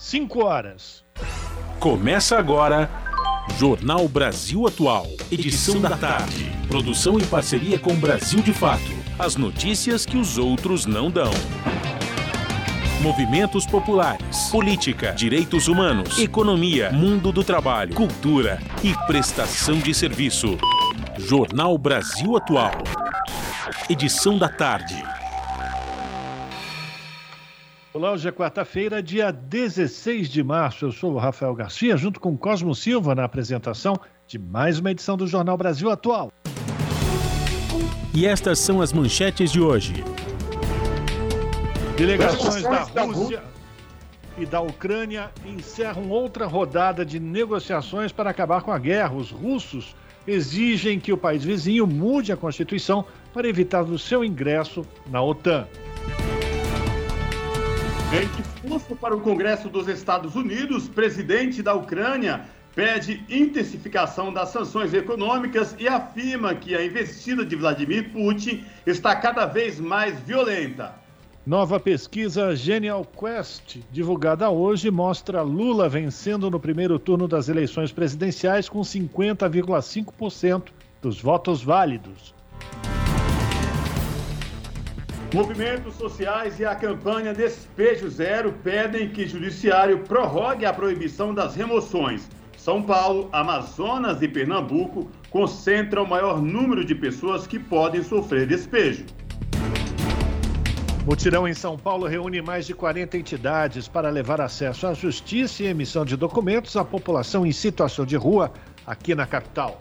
5 horas. Começa agora, Jornal Brasil Atual, edição da tarde. Produção em parceria com Brasil de Fato. As notícias que os outros não dão. Movimentos populares, política, direitos humanos, economia, mundo do trabalho, cultura e prestação de serviço. Jornal Brasil Atual, edição da tarde. Olá, hoje é quarta-feira, dia 16 de março. Eu sou o Rafael Garcia, junto com Cosmo Silva, na apresentação de mais uma edição do Jornal Brasil Atual. E estas são as manchetes de hoje. Delegações da Rússia e da Ucrânia encerram outra rodada de negociações para acabar com a guerra. Os russos exigem que o país vizinho mude a Constituição para evitar o seu ingresso na OTAN. Em discurso para o Congresso dos Estados Unidos, presidente da Ucrânia pede intensificação das sanções econômicas e afirma que a investida de Vladimir Putin está cada vez mais violenta. Nova pesquisa Genial Quest, divulgada hoje, mostra Lula vencendo no primeiro turno das eleições presidenciais com 50,5% dos votos válidos. Movimentos sociais e a campanha Despejo Zero pedem que o judiciário prorrogue a proibição das remoções. São Paulo, Amazonas e Pernambuco concentram o maior número de pessoas que podem sofrer despejo. Mutirão em São Paulo reúne mais de 40 entidades para levar acesso à justiça e emissão de documentos à população em situação de rua aqui na capital.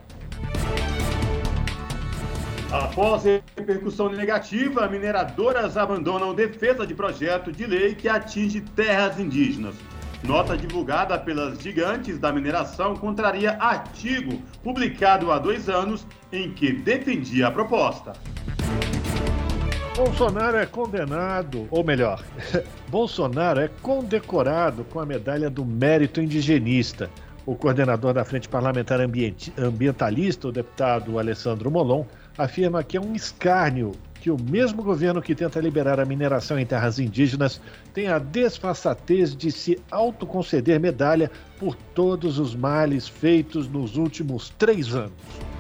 Após repercussão negativa, mineradoras abandonam defesa de projeto de lei que atinge terras indígenas. Nota divulgada pelas gigantes da mineração contraria artigo publicado há 2 anos em que defendia a proposta. Bolsonaro é condenado, ou melhor, Bolsonaro é condecorado com a medalha do mérito indigenista. O coordenador da Frente Parlamentar Ambientalista, o deputado Alessandro Molon, afirma que é um escárnio que o mesmo governo que tenta liberar a mineração em terras indígenas tem a desfaçatez de se autoconceder medalha por todos os males feitos nos últimos 3 anos.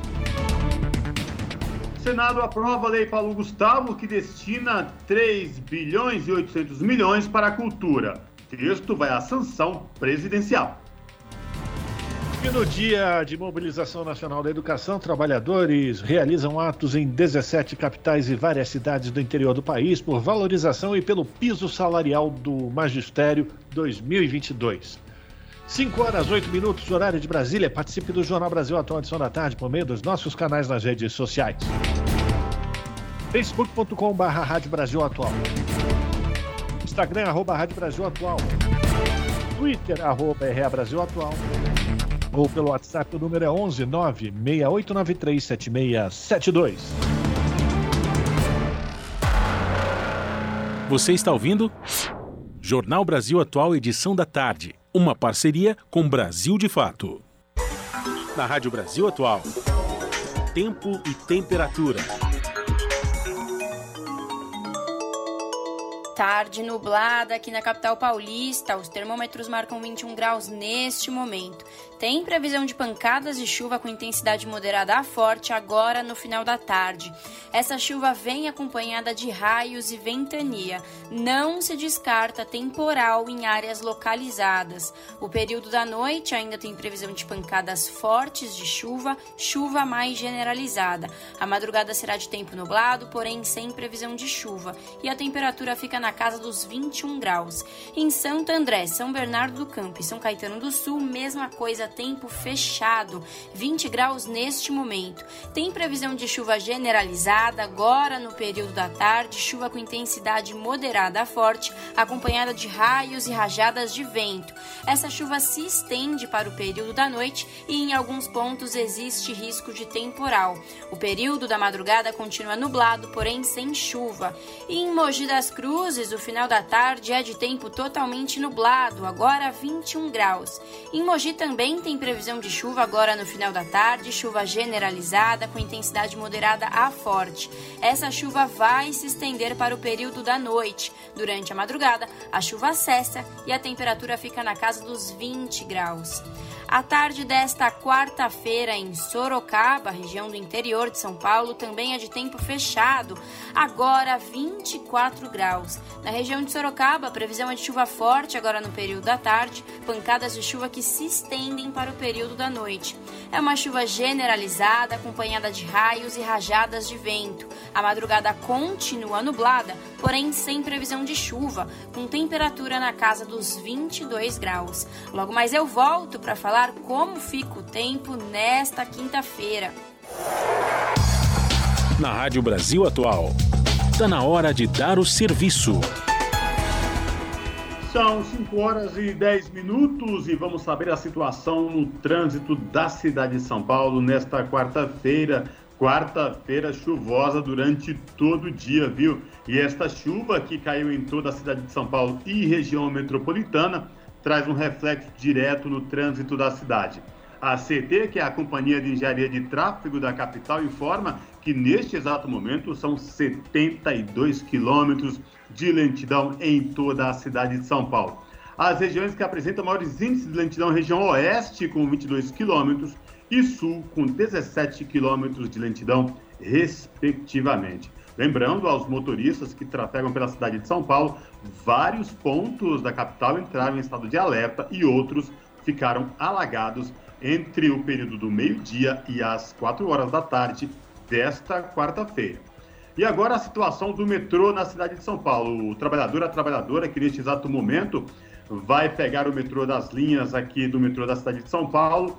O Senado aprova a Lei Paulo Gustavo, que destina 3 bilhões e 800 milhões para a cultura. O texto vai à sanção presidencial. E no Dia de Mobilização Nacional da Educação, trabalhadores realizam atos em 17 capitais e várias cidades do interior do país por valorização e pelo piso salarial do Magistério 2022. 5 horas, 8 minutos, horário de Brasília. Participe do Jornal Brasil Atual, edição da tarde, por meio dos nossos canais nas redes sociais. Facebook.com/Rádio Brasil Atual. Instagram, @Rádio Brasil Atual. Twitter, @RA Brasil Atual. Ou pelo WhatsApp, o número é 11 96893 7672. Você está ouvindo? Jornal Brasil Atual, edição da tarde. Uma parceria com Brasil de Fato. Na Rádio Brasil Atual. Tempo e temperatura. Tarde nublada aqui na capital paulista, os termômetros marcam 21 graus neste momento. Tem previsão de pancadas de chuva com intensidade moderada a forte agora no final da tarde. Essa chuva vem acompanhada de raios e ventania. Não se descarta temporal em áreas localizadas. O período da noite ainda tem previsão de pancadas fortes de chuva, chuva mais generalizada. A madrugada será de tempo nublado, porém sem previsão de chuva. E a temperatura fica na casa dos 21 graus. Em Santo André, São Bernardo do Campo e São Caetano do Sul, mesma coisa, tempo fechado, 20 graus neste momento. Tem previsão de chuva generalizada agora no período da tarde, chuva com intensidade moderada a forte, acompanhada de raios e rajadas de vento. Essa chuva se estende para o período da noite e em alguns pontos existe risco de temporal. O período da madrugada continua nublado, porém sem chuva. E em Mogi das Cruzes, Búzios, o final da tarde é de tempo totalmente nublado, agora 21 graus. Em Mogi também tem previsão de chuva agora no final da tarde, chuva generalizada com intensidade moderada a forte. Essa chuva vai se estender para o período da noite. Durante a madrugada, a chuva cessa e a temperatura fica na casa dos 20 graus. A tarde desta quarta-feira em Sorocaba, região do interior de São Paulo, também é de tempo fechado, agora 24 graus. Na região de Sorocaba, a previsão é de chuva forte agora no período da tarde, pancadas de chuva que se estendem para o período da noite. É uma chuva generalizada, acompanhada de raios e rajadas de vento. A madrugada continua nublada, porém sem previsão de chuva, com temperatura na casa dos 22 graus. Logo mais eu volto para falar como fica o tempo nesta quinta-feira. Na Rádio Brasil Atual, está na hora de dar o serviço. São 5 horas e 10 minutos e vamos saber a situação no trânsito da cidade de São Paulo nesta quarta-feira. Quarta-feira chuvosa durante todo o dia, viu? E esta chuva que caiu em toda a cidade de São Paulo e região metropolitana traz um reflexo direto no trânsito da cidade. A CT, que é a Companhia de Engenharia de Tráfego da capital, informa que neste exato momento são 72 quilômetros de lentidão em toda a cidade de São Paulo. As regiões que apresentam maiores índices de lentidão, região oeste com 22 quilômetros e sul com 17 quilômetros de lentidão, respectivamente. Lembrando aos motoristas que trafegam pela cidade de São Paulo, vários pontos da capital entraram em estado de alerta e outros ficaram alagados entre o período do meio-dia e as 4 horas da tarde desta quarta-feira. E agora a situação do metrô na cidade de São Paulo. O trabalhador, a trabalhadora que neste exato momento vai pegar o metrô das linhas aqui do metrô da cidade de São Paulo.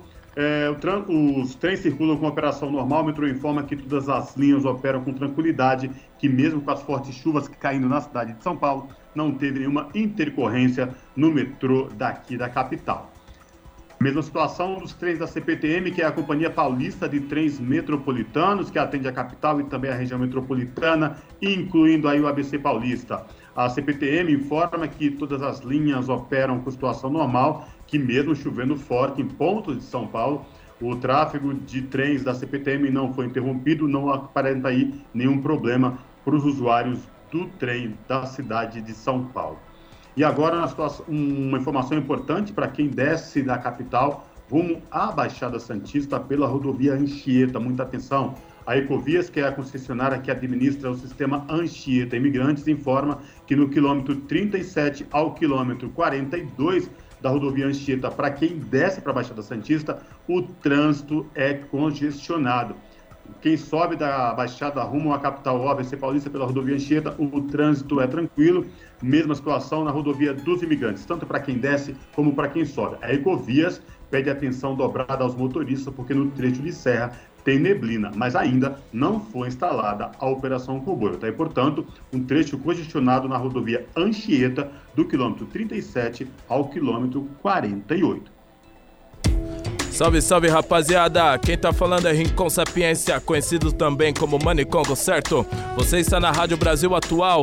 Os trens circulam com operação normal. O metrô informa que todas as linhas operam com tranquilidade, que mesmo com as fortes chuvas caindo na cidade de São Paulo, não teve nenhuma intercorrência no metrô daqui da capital. Mesma situação dos trens da CPTM, que é a Companhia Paulista de Trens Metropolitanos, que atende a capital e também a região metropolitana, incluindo aí o ABC Paulista. A CPTM informa que todas as linhas operam com situação normal, que mesmo chovendo forte em pontos de São Paulo, o tráfego de trens da CPTM não foi interrompido, não aparenta aí nenhum problema para os usuários do trem da cidade de São Paulo. E agora uma informação importante para quem desce da capital rumo à Baixada Santista pela rodovia Anchieta. Muita atenção. A Ecovias, que é a concessionária que administra o sistema Anchieta Imigrantes, informa que no quilômetro 37 ao quilômetro 42 da rodovia Anchieta, para quem desce para a Baixada Santista, o trânsito é congestionado. Quem sobe da Baixada rumo à capital ABC Paulista pela rodovia Anchieta, o trânsito é tranquilo. Mesma situação na rodovia dos Imigrantes, tanto para quem desce como para quem sobe. A Ecovias pede atenção dobrada aos motoristas, porque no trecho de serra tem neblina, mas ainda não foi instalada a operação comboio. Tá? E, portanto, um trecho congestionado na rodovia Anchieta, do quilômetro 37 ao quilômetro 48. Salve, salve, rapaziada! Quem tá falando é Rincon Sapiência, conhecido também como Manicongo, certo? Você está na Rádio Brasil Atual,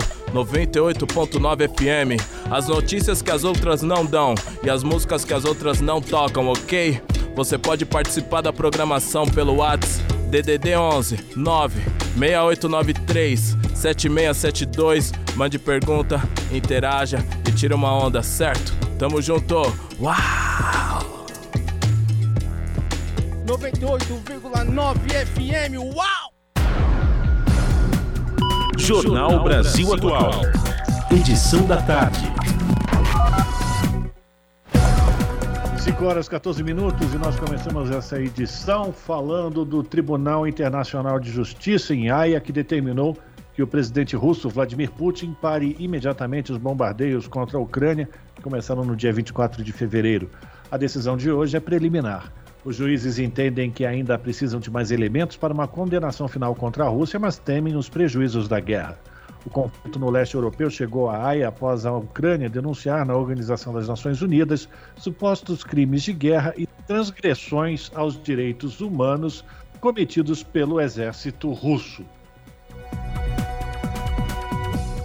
98.9 FM. As notícias que as outras não dão e as músicas que as outras não tocam, ok? Você pode participar da programação pelo WhatsApp DDD 11 96893 7672. Mande pergunta, interaja e tira uma onda, certo? Tamo junto! Uau! 98,9 FM, uau! Jornal Brasil Atual, edição da tarde. 5 horas e 14 minutos e nós começamos essa edição falando do Tribunal Internacional de Justiça em Haia, que determinou que o presidente russo Vladimir Putin pare imediatamente os bombardeios contra a Ucrânia, que começaram no dia 24 de fevereiro. A decisão de hoje é preliminar. Os juízes entendem que ainda precisam de mais elementos para uma condenação final contra a Rússia, mas temem os prejuízos da guerra. O conflito no leste europeu chegou à Haia após a Ucrânia denunciar na Organização das Nações Unidas supostos crimes de guerra e transgressões aos direitos humanos cometidos pelo exército russo.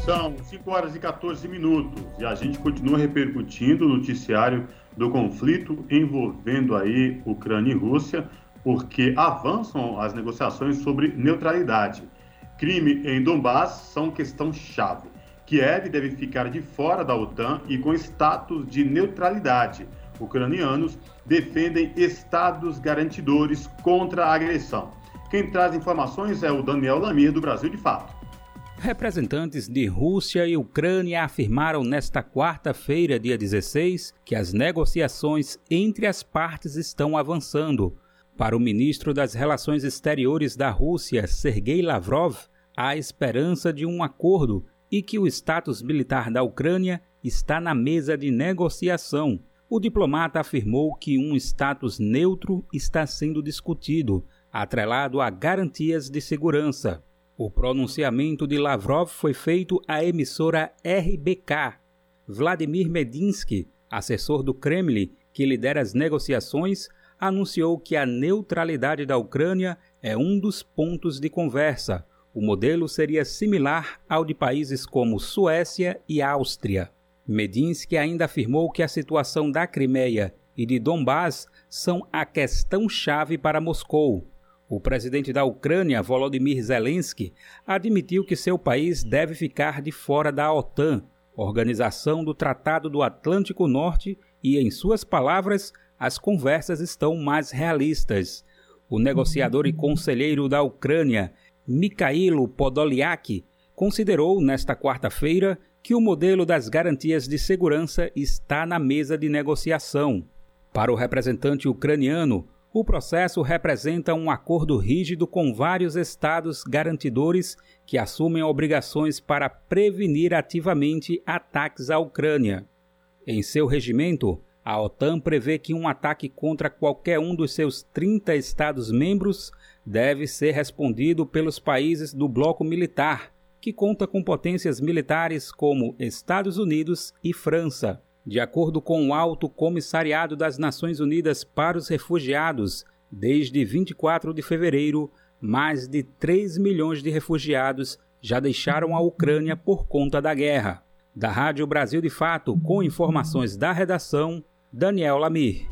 São 5 horas e 14 minutos e a gente continua repercutindo o noticiário do conflito envolvendo aí Ucrânia e Rússia, porque avançam as negociações sobre neutralidade. Crime em Donbass são questão-chave. Kiev deve ficar de fora da OTAN e com status de neutralidade. Ucranianos defendem estados garantidores contra a agressão. Quem traz informações é o Daniel Lamir, do Brasil de Fato. Representantes de Rússia e Ucrânia afirmaram nesta quarta-feira, dia 16, que as negociações entre as partes estão avançando. Para o ministro das Relações Exteriores da Rússia, Sergei Lavrov, há esperança de um acordo e que o status militar da Ucrânia está na mesa de negociação. O diplomata afirmou que um status neutro está sendo discutido, atrelado a garantias de segurança. O pronunciamento de Lavrov foi feito à emissora RBK. Vladimir Medinsky, assessor do Kremlin, que lidera as negociações, anunciou que a neutralidade da Ucrânia é um dos pontos de conversa. O modelo seria similar ao de países como Suécia e Áustria. Medinsky ainda afirmou que a situação da Crimeia e de Donbass são a questão-chave para Moscou. O presidente da Ucrânia, Volodymyr Zelensky, admitiu que seu país deve ficar de fora da OTAN, Organização do Tratado do Atlântico Norte, e, em suas palavras, as conversas estão mais realistas. O negociador e conselheiro da Ucrânia, Mikhailo Podolyak, considerou nesta quarta-feira que o modelo das garantias de segurança está na mesa de negociação. Para o representante ucraniano, o processo representa um acordo rígido com vários estados garantidores que assumem obrigações para prevenir ativamente ataques à Ucrânia. Em seu regimento, a OTAN prevê que um ataque contra qualquer um dos seus 30 Estados-membros deve ser respondido pelos países do bloco militar, que conta com potências militares como Estados Unidos e França. De acordo com o Alto Comissariado das Nações Unidas para os Refugiados, desde 24 de fevereiro, mais de 3 milhões de refugiados já deixaram a Ucrânia por conta da guerra. Da Rádio Brasil de Fato, com informações da redação, Daniel Lamir.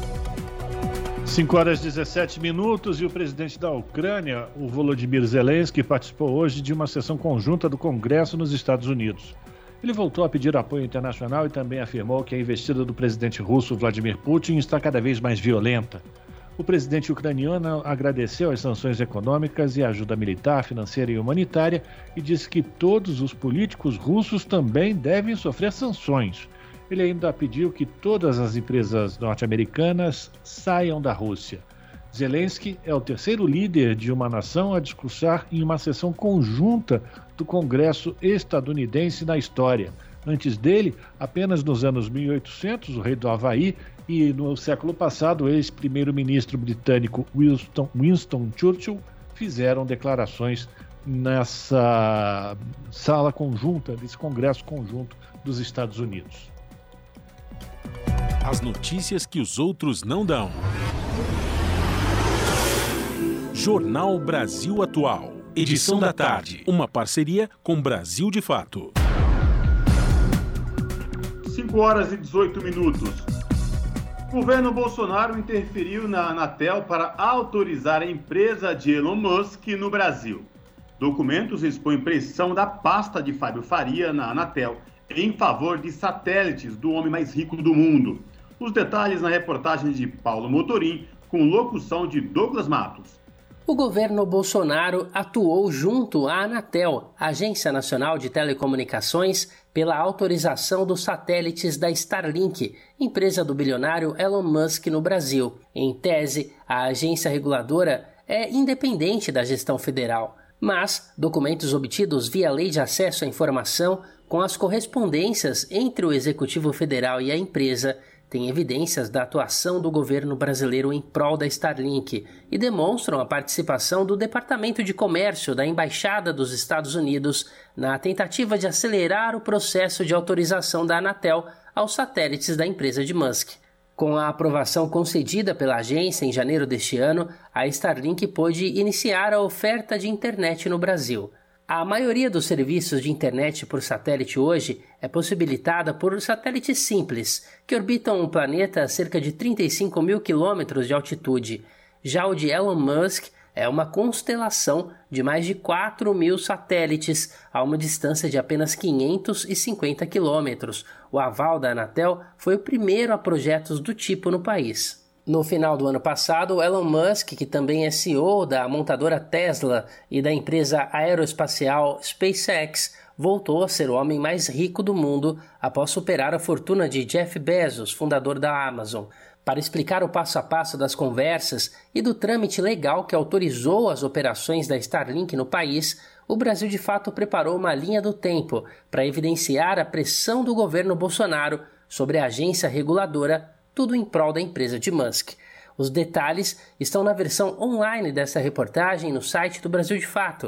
5 horas e 17 minutos e o presidente da Ucrânia, o Volodymyr Zelensky, participou hoje de uma sessão conjunta do Congresso nos Estados Unidos. Ele voltou a pedir apoio internacional e também afirmou que a investida do presidente russo Vladimir Putin está cada vez mais violenta. O presidente ucraniano agradeceu as sanções econômicas e a ajuda militar, financeira e humanitária e disse que todos os políticos russos também devem sofrer sanções. Ele ainda pediu que todas as empresas norte-americanas saiam da Rússia. Zelensky é o terceiro líder de uma nação a discursar em uma sessão conjunta do Congresso estadunidense na história. Antes dele, apenas nos anos 1800, o rei do Havaí, e no século passado, o ex-primeiro-ministro britânico Winston Churchill fizeram declarações nessa sala conjunta, desse Congresso conjunto dos Estados Unidos. As notícias que os outros não dão. Jornal Brasil Atual. Edição da tarde. Uma parceria com Brasil de Fato. 5 horas e 18 minutos. O governo Bolsonaro interferiu na Anatel para autorizar a empresa de Elon Musk no Brasil. Documentos expõem pressão da pasta de Fábio Faria na Anatel em favor de satélites do homem mais rico do mundo. Os detalhes na reportagem de Paulo Motorim, com locução de Douglas Matos. O governo Bolsonaro atuou junto à Anatel, Agência Nacional de Telecomunicações, pela autorização dos satélites da Starlink, empresa do bilionário Elon Musk no Brasil. Em tese, a agência reguladora é independente da gestão federal, mas documentos obtidos via Lei de Acesso à Informação, com as correspondências entre o Executivo Federal e a empresa, têm evidências da atuação do governo brasileiro em prol da Starlink e demonstram a participação do Departamento de Comércio da Embaixada dos Estados Unidos na tentativa de acelerar o processo de autorização da Anatel aos satélites da empresa de Musk. Com a aprovação concedida pela agência em janeiro deste ano, a Starlink pôde iniciar a oferta de internet no Brasil. A maioria dos serviços de internet por satélite hoje é possibilitada por satélites simples, que orbitam o planeta a cerca de 35 mil quilômetros de altitude. Já o de Elon Musk é uma constelação de mais de 4 mil satélites a uma distância de apenas 550 quilômetros. O aval da Anatel foi o primeiro a projetos do tipo no país. No final do ano passado, Elon Musk, que também é CEO da montadora Tesla e da empresa aeroespacial SpaceX, voltou a ser o homem mais rico do mundo após superar a fortuna de Jeff Bezos, fundador da Amazon. Para explicar o passo a passo das conversas e do trâmite legal que autorizou as operações da Starlink no país, o Brasil de Fato preparou uma linha do tempo para evidenciar a pressão do governo Bolsonaro sobre a agência reguladora, tudo em prol da empresa de Musk. Os detalhes estão na versão online dessa reportagem no site do Brasil de Fato,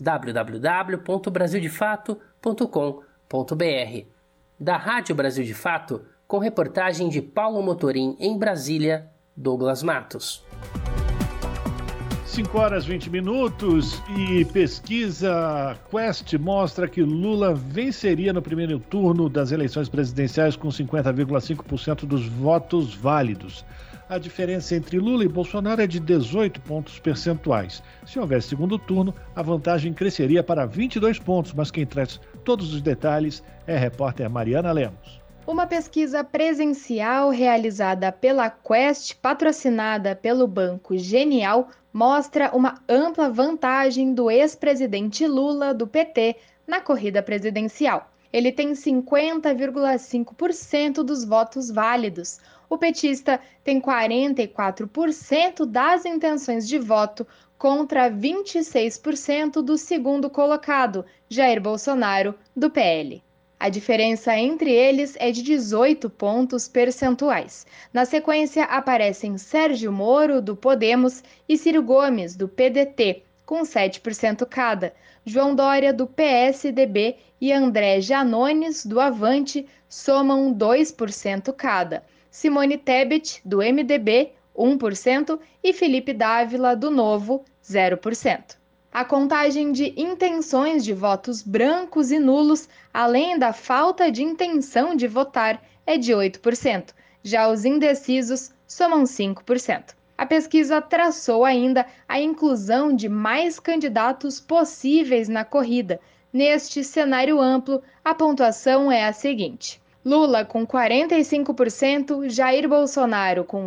www.brasildefato.com.br. Da Rádio Brasil de Fato, com reportagem de Paulo Motorim em Brasília, Douglas Matos. 5 horas 20 minutos e pesquisa Quest mostra que Lula venceria no primeiro turno das eleições presidenciais com 50,5% dos votos válidos. A diferença entre Lula e Bolsonaro é de 18 pontos percentuais. Se houvesse segundo turno, a vantagem cresceria para 22 pontos, mas quem traz todos os detalhes é a repórter Mariana Lemos. Uma pesquisa presencial realizada pela Quest, patrocinada pelo Banco Genial, mostra uma ampla vantagem do ex-presidente Lula, do PT, na corrida presidencial. Ele tem 50,5% dos votos válidos. O petista tem 44% das intenções de voto contra 26% do segundo colocado, Jair Bolsonaro, do PL. A diferença entre eles é de 18 pontos percentuais. Na sequência, aparecem Sérgio Moro, do Podemos, e Ciro Gomes, do PDT, com 7% cada. João Dória, do PSDB, e André Janones, do Avante, somam 2% cada. Simone Tebet, do MDB, 1%, e Felipe Dávila, do Novo, 0%. A contagem de intenções de votos brancos e nulos, além da falta de intenção de votar, é de 8%. Já os indecisos somam 5%. A pesquisa traçou ainda a inclusão de mais candidatos possíveis na corrida. Neste cenário amplo, a pontuação é a seguinte: Lula com 45%, Jair Bolsonaro com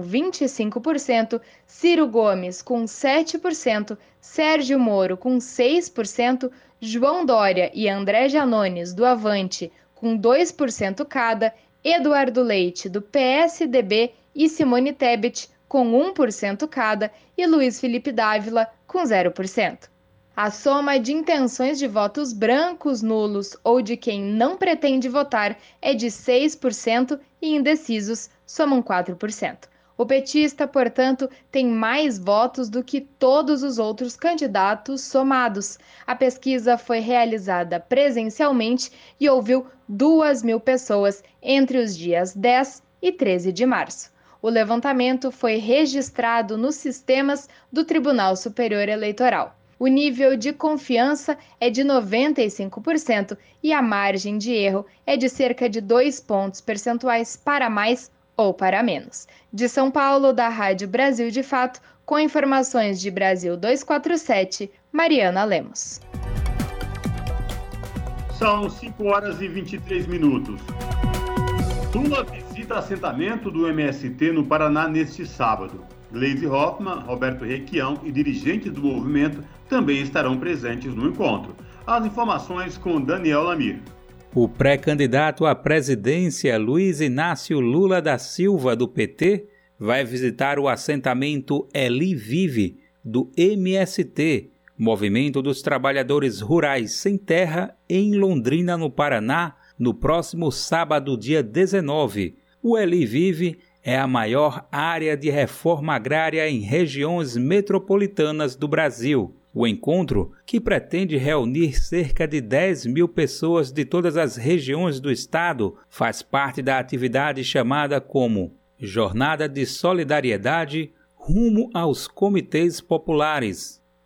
25%, Ciro Gomes com 7%, Sérgio Moro com 6%, João Dória e André Janones, do Avante, com 2% cada, Eduardo Leite, do PSDB, e Simone Tebet, com 1% cada, e Luiz Felipe Dávila, com 0%. A soma de intenções de votos brancos, nulos ou de quem não pretende votar é de 6% e indecisos somam 4%. O petista, portanto, tem mais votos do que todos os outros candidatos somados. A pesquisa foi realizada presencialmente e ouviu 2.000 pessoas entre os dias 10 e 13 de março. O levantamento foi registrado nos sistemas do Tribunal Superior Eleitoral. O nível de confiança é de 95% e a margem de erro é de cerca de 2 pontos percentuais para mais ou para menos. De São Paulo, da Rádio Brasil de Fato, com informações de Brasil 247, Mariana Lemos. São 5 horas e 23 minutos. Lula visita assentamento do MST no Paraná neste sábado. Gleisi Hoffmann, Roberto Requião e dirigentes do movimento também estarão presentes no encontro. As informações com Daniel Lamir. O pré-candidato à presidência Luiz Inácio Lula da Silva, do PT, vai visitar o assentamento Eli Vive, do MST, Movimento dos Trabalhadores Rurais Sem Terra, em Londrina, no Paraná, no próximo sábado, dia 19. O Eli Vive é a maior área de reforma agrária em regiões metropolitanas do Brasil. O encontro, que pretende reunir cerca de 10.000 pessoas de todas as regiões do estado, faz parte da atividade chamada como Jornada de Solidariedade rumo aos Comitês Populares.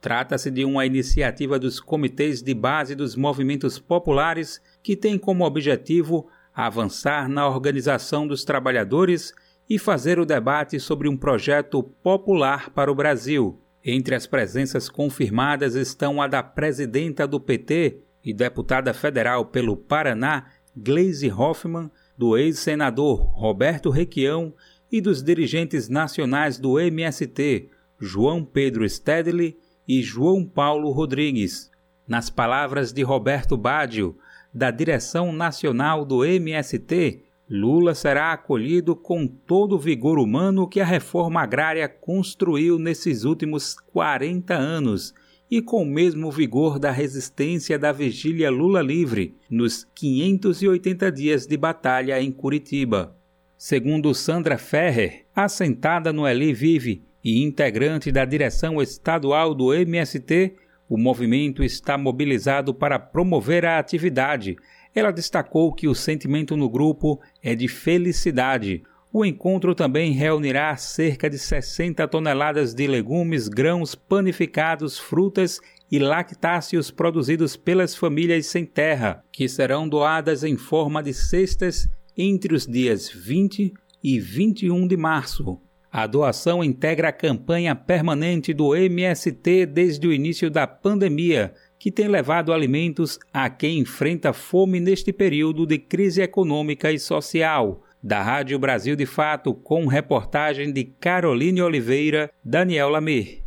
Trata-se de uma iniciativa dos comitês de base dos movimentos populares que tem como objetivo avançar na organização dos trabalhadores e fazer o debate sobre um projeto popular para o Brasil. Entre as presenças confirmadas estão a da presidenta do PT e deputada federal pelo Paraná, Gleisi Hoffmann, do ex-senador Roberto Requião e dos dirigentes nacionais do MST, João Pedro Stedley e João Paulo Rodrigues. Nas palavras de Roberto Baggio, da direção nacional do MST, Lula será acolhido com todo o vigor humano que a reforma agrária construiu nesses últimos 40 anos e com o mesmo vigor da resistência da vigília Lula livre nos 580 dias de batalha em Curitiba. Segundo Sandra Ferrer, assentada no Eli Vive e integrante da direção estadual do MST, o movimento está mobilizado para promover a atividade. Ela destacou que o sentimento no grupo é de felicidade. O encontro também reunirá cerca de 60 toneladas de legumes, grãos, panificados, frutas e lactáceos produzidos pelas famílias sem terra, que serão doadas em forma de cestas entre os dias 20 e 21 de março. A doação integra a campanha permanente do MST desde o início da pandemia, que tem levado alimentos a quem enfrenta fome neste período de crise econômica e social. Da Rádio Brasil de Fato, com reportagem de Caroline Oliveira, Daniel Lamir.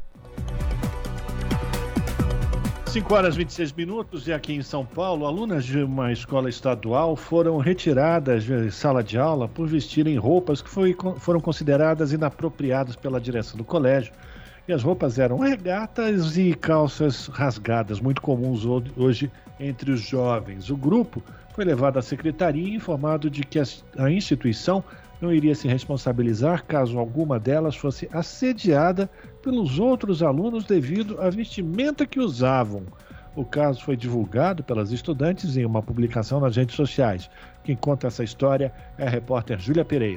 5h26 e aqui em São Paulo, alunas de uma escola estadual foram retiradas de sala de aula por vestirem roupas que foram consideradas inapropriadas pela direção do colégio. E as roupas eram regatas e calças rasgadas, muito comuns hoje entre os jovens. O grupo foi levado à secretaria e informado de que a instituição não iria se responsabilizar caso alguma delas fosse assediada pelos outros alunos devido à vestimenta que usavam. O caso foi divulgado pelas estudantes em uma publicação nas redes sociais. Quem conta essa história é a repórter Júlia Pereira.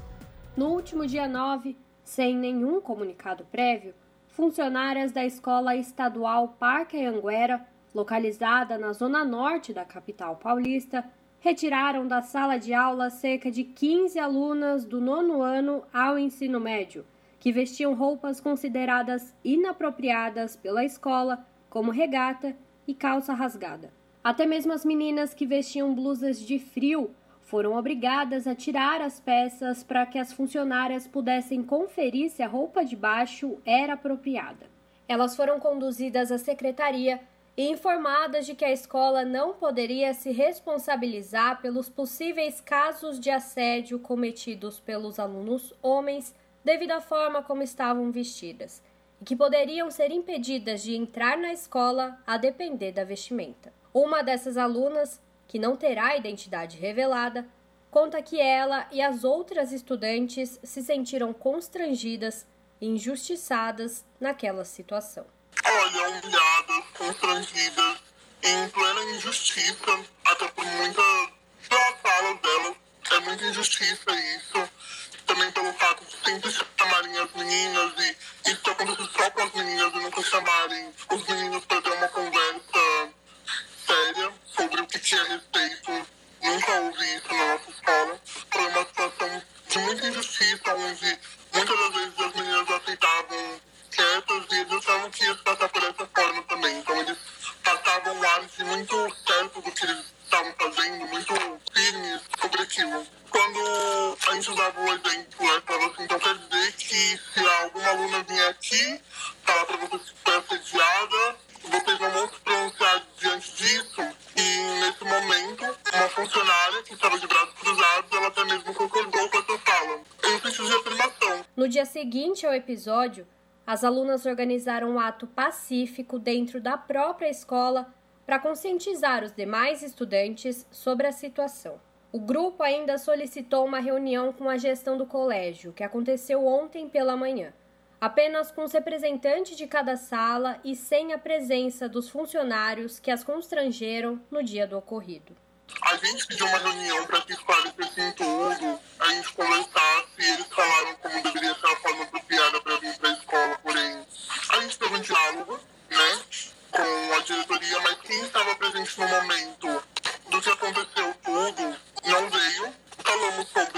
No último dia 9, sem nenhum comunicado prévio, funcionárias da Escola Estadual Parque Anhanguera, localizada na zona norte da capital paulista, retiraram da sala de aula cerca de 15 alunas do 9º ano ao ensino médio, que vestiam roupas consideradas inapropriadas pela escola, como regata e calça rasgada. Até mesmo as meninas que vestiam blusas de frio foram obrigadas a tirar as peças para que as funcionárias pudessem conferir se a roupa de baixo era apropriada. Elas foram conduzidas à secretaria e informadas de que a escola não poderia se responsabilizar pelos possíveis casos de assédio cometidos pelos alunos homens devido à forma como estavam vestidas, e que poderiam ser impedidas de entrar na escola a depender da vestimenta. Uma dessas alunas, que não terá identidade revelada, conta que ela e as outras estudantes se sentiram constrangidas e injustiçadas naquela situação. Olha, humilhadas, constrangidas, em plena injustiça, até por muitas das falas delas. É muita injustiça isso. Também pelo fato de sempre chamarem as meninas, e isso acontece só com as meninas, e nunca chamarem os meninos para ter uma conversa séria sobre o que é respeito. Nunca ouvi isso na nossa escola. Foi uma situação de muita injustiça, onde muitas das vezes as meninas aceitavam quietas e eles achavam que ia se passar por essa forma também. Então eles passavam um ar de muito certo do que eles estavam fazendo, muito firmes sobre aquilo. Quando a gente usava o exemplo, falava assim, então quer dizer que se alguma aluna vier aqui falar para você se foi assediada, vocês não vão se pronunciar diante disso? E nesse momento, uma funcionária que estava de braços cruzados, ela até mesmo concordou com essa fala. Eu senti de afirmação. No dia seguinte ao episódio, as alunas organizaram um ato pacífico dentro da própria escola para conscientizar os demais estudantes sobre a situação. O grupo ainda solicitou uma reunião com a gestão do colégio, que aconteceu ontem pela manhã, apenas com os representantes de cada sala e sem a presença dos funcionários que as constrangeram no dia do ocorrido. A gente pediu uma reunião para que esclarecessem tudo, a gente conversasse, e eles falaram como deveria ser a forma apropriada para vir para a escola, porém a gente teve um diálogo,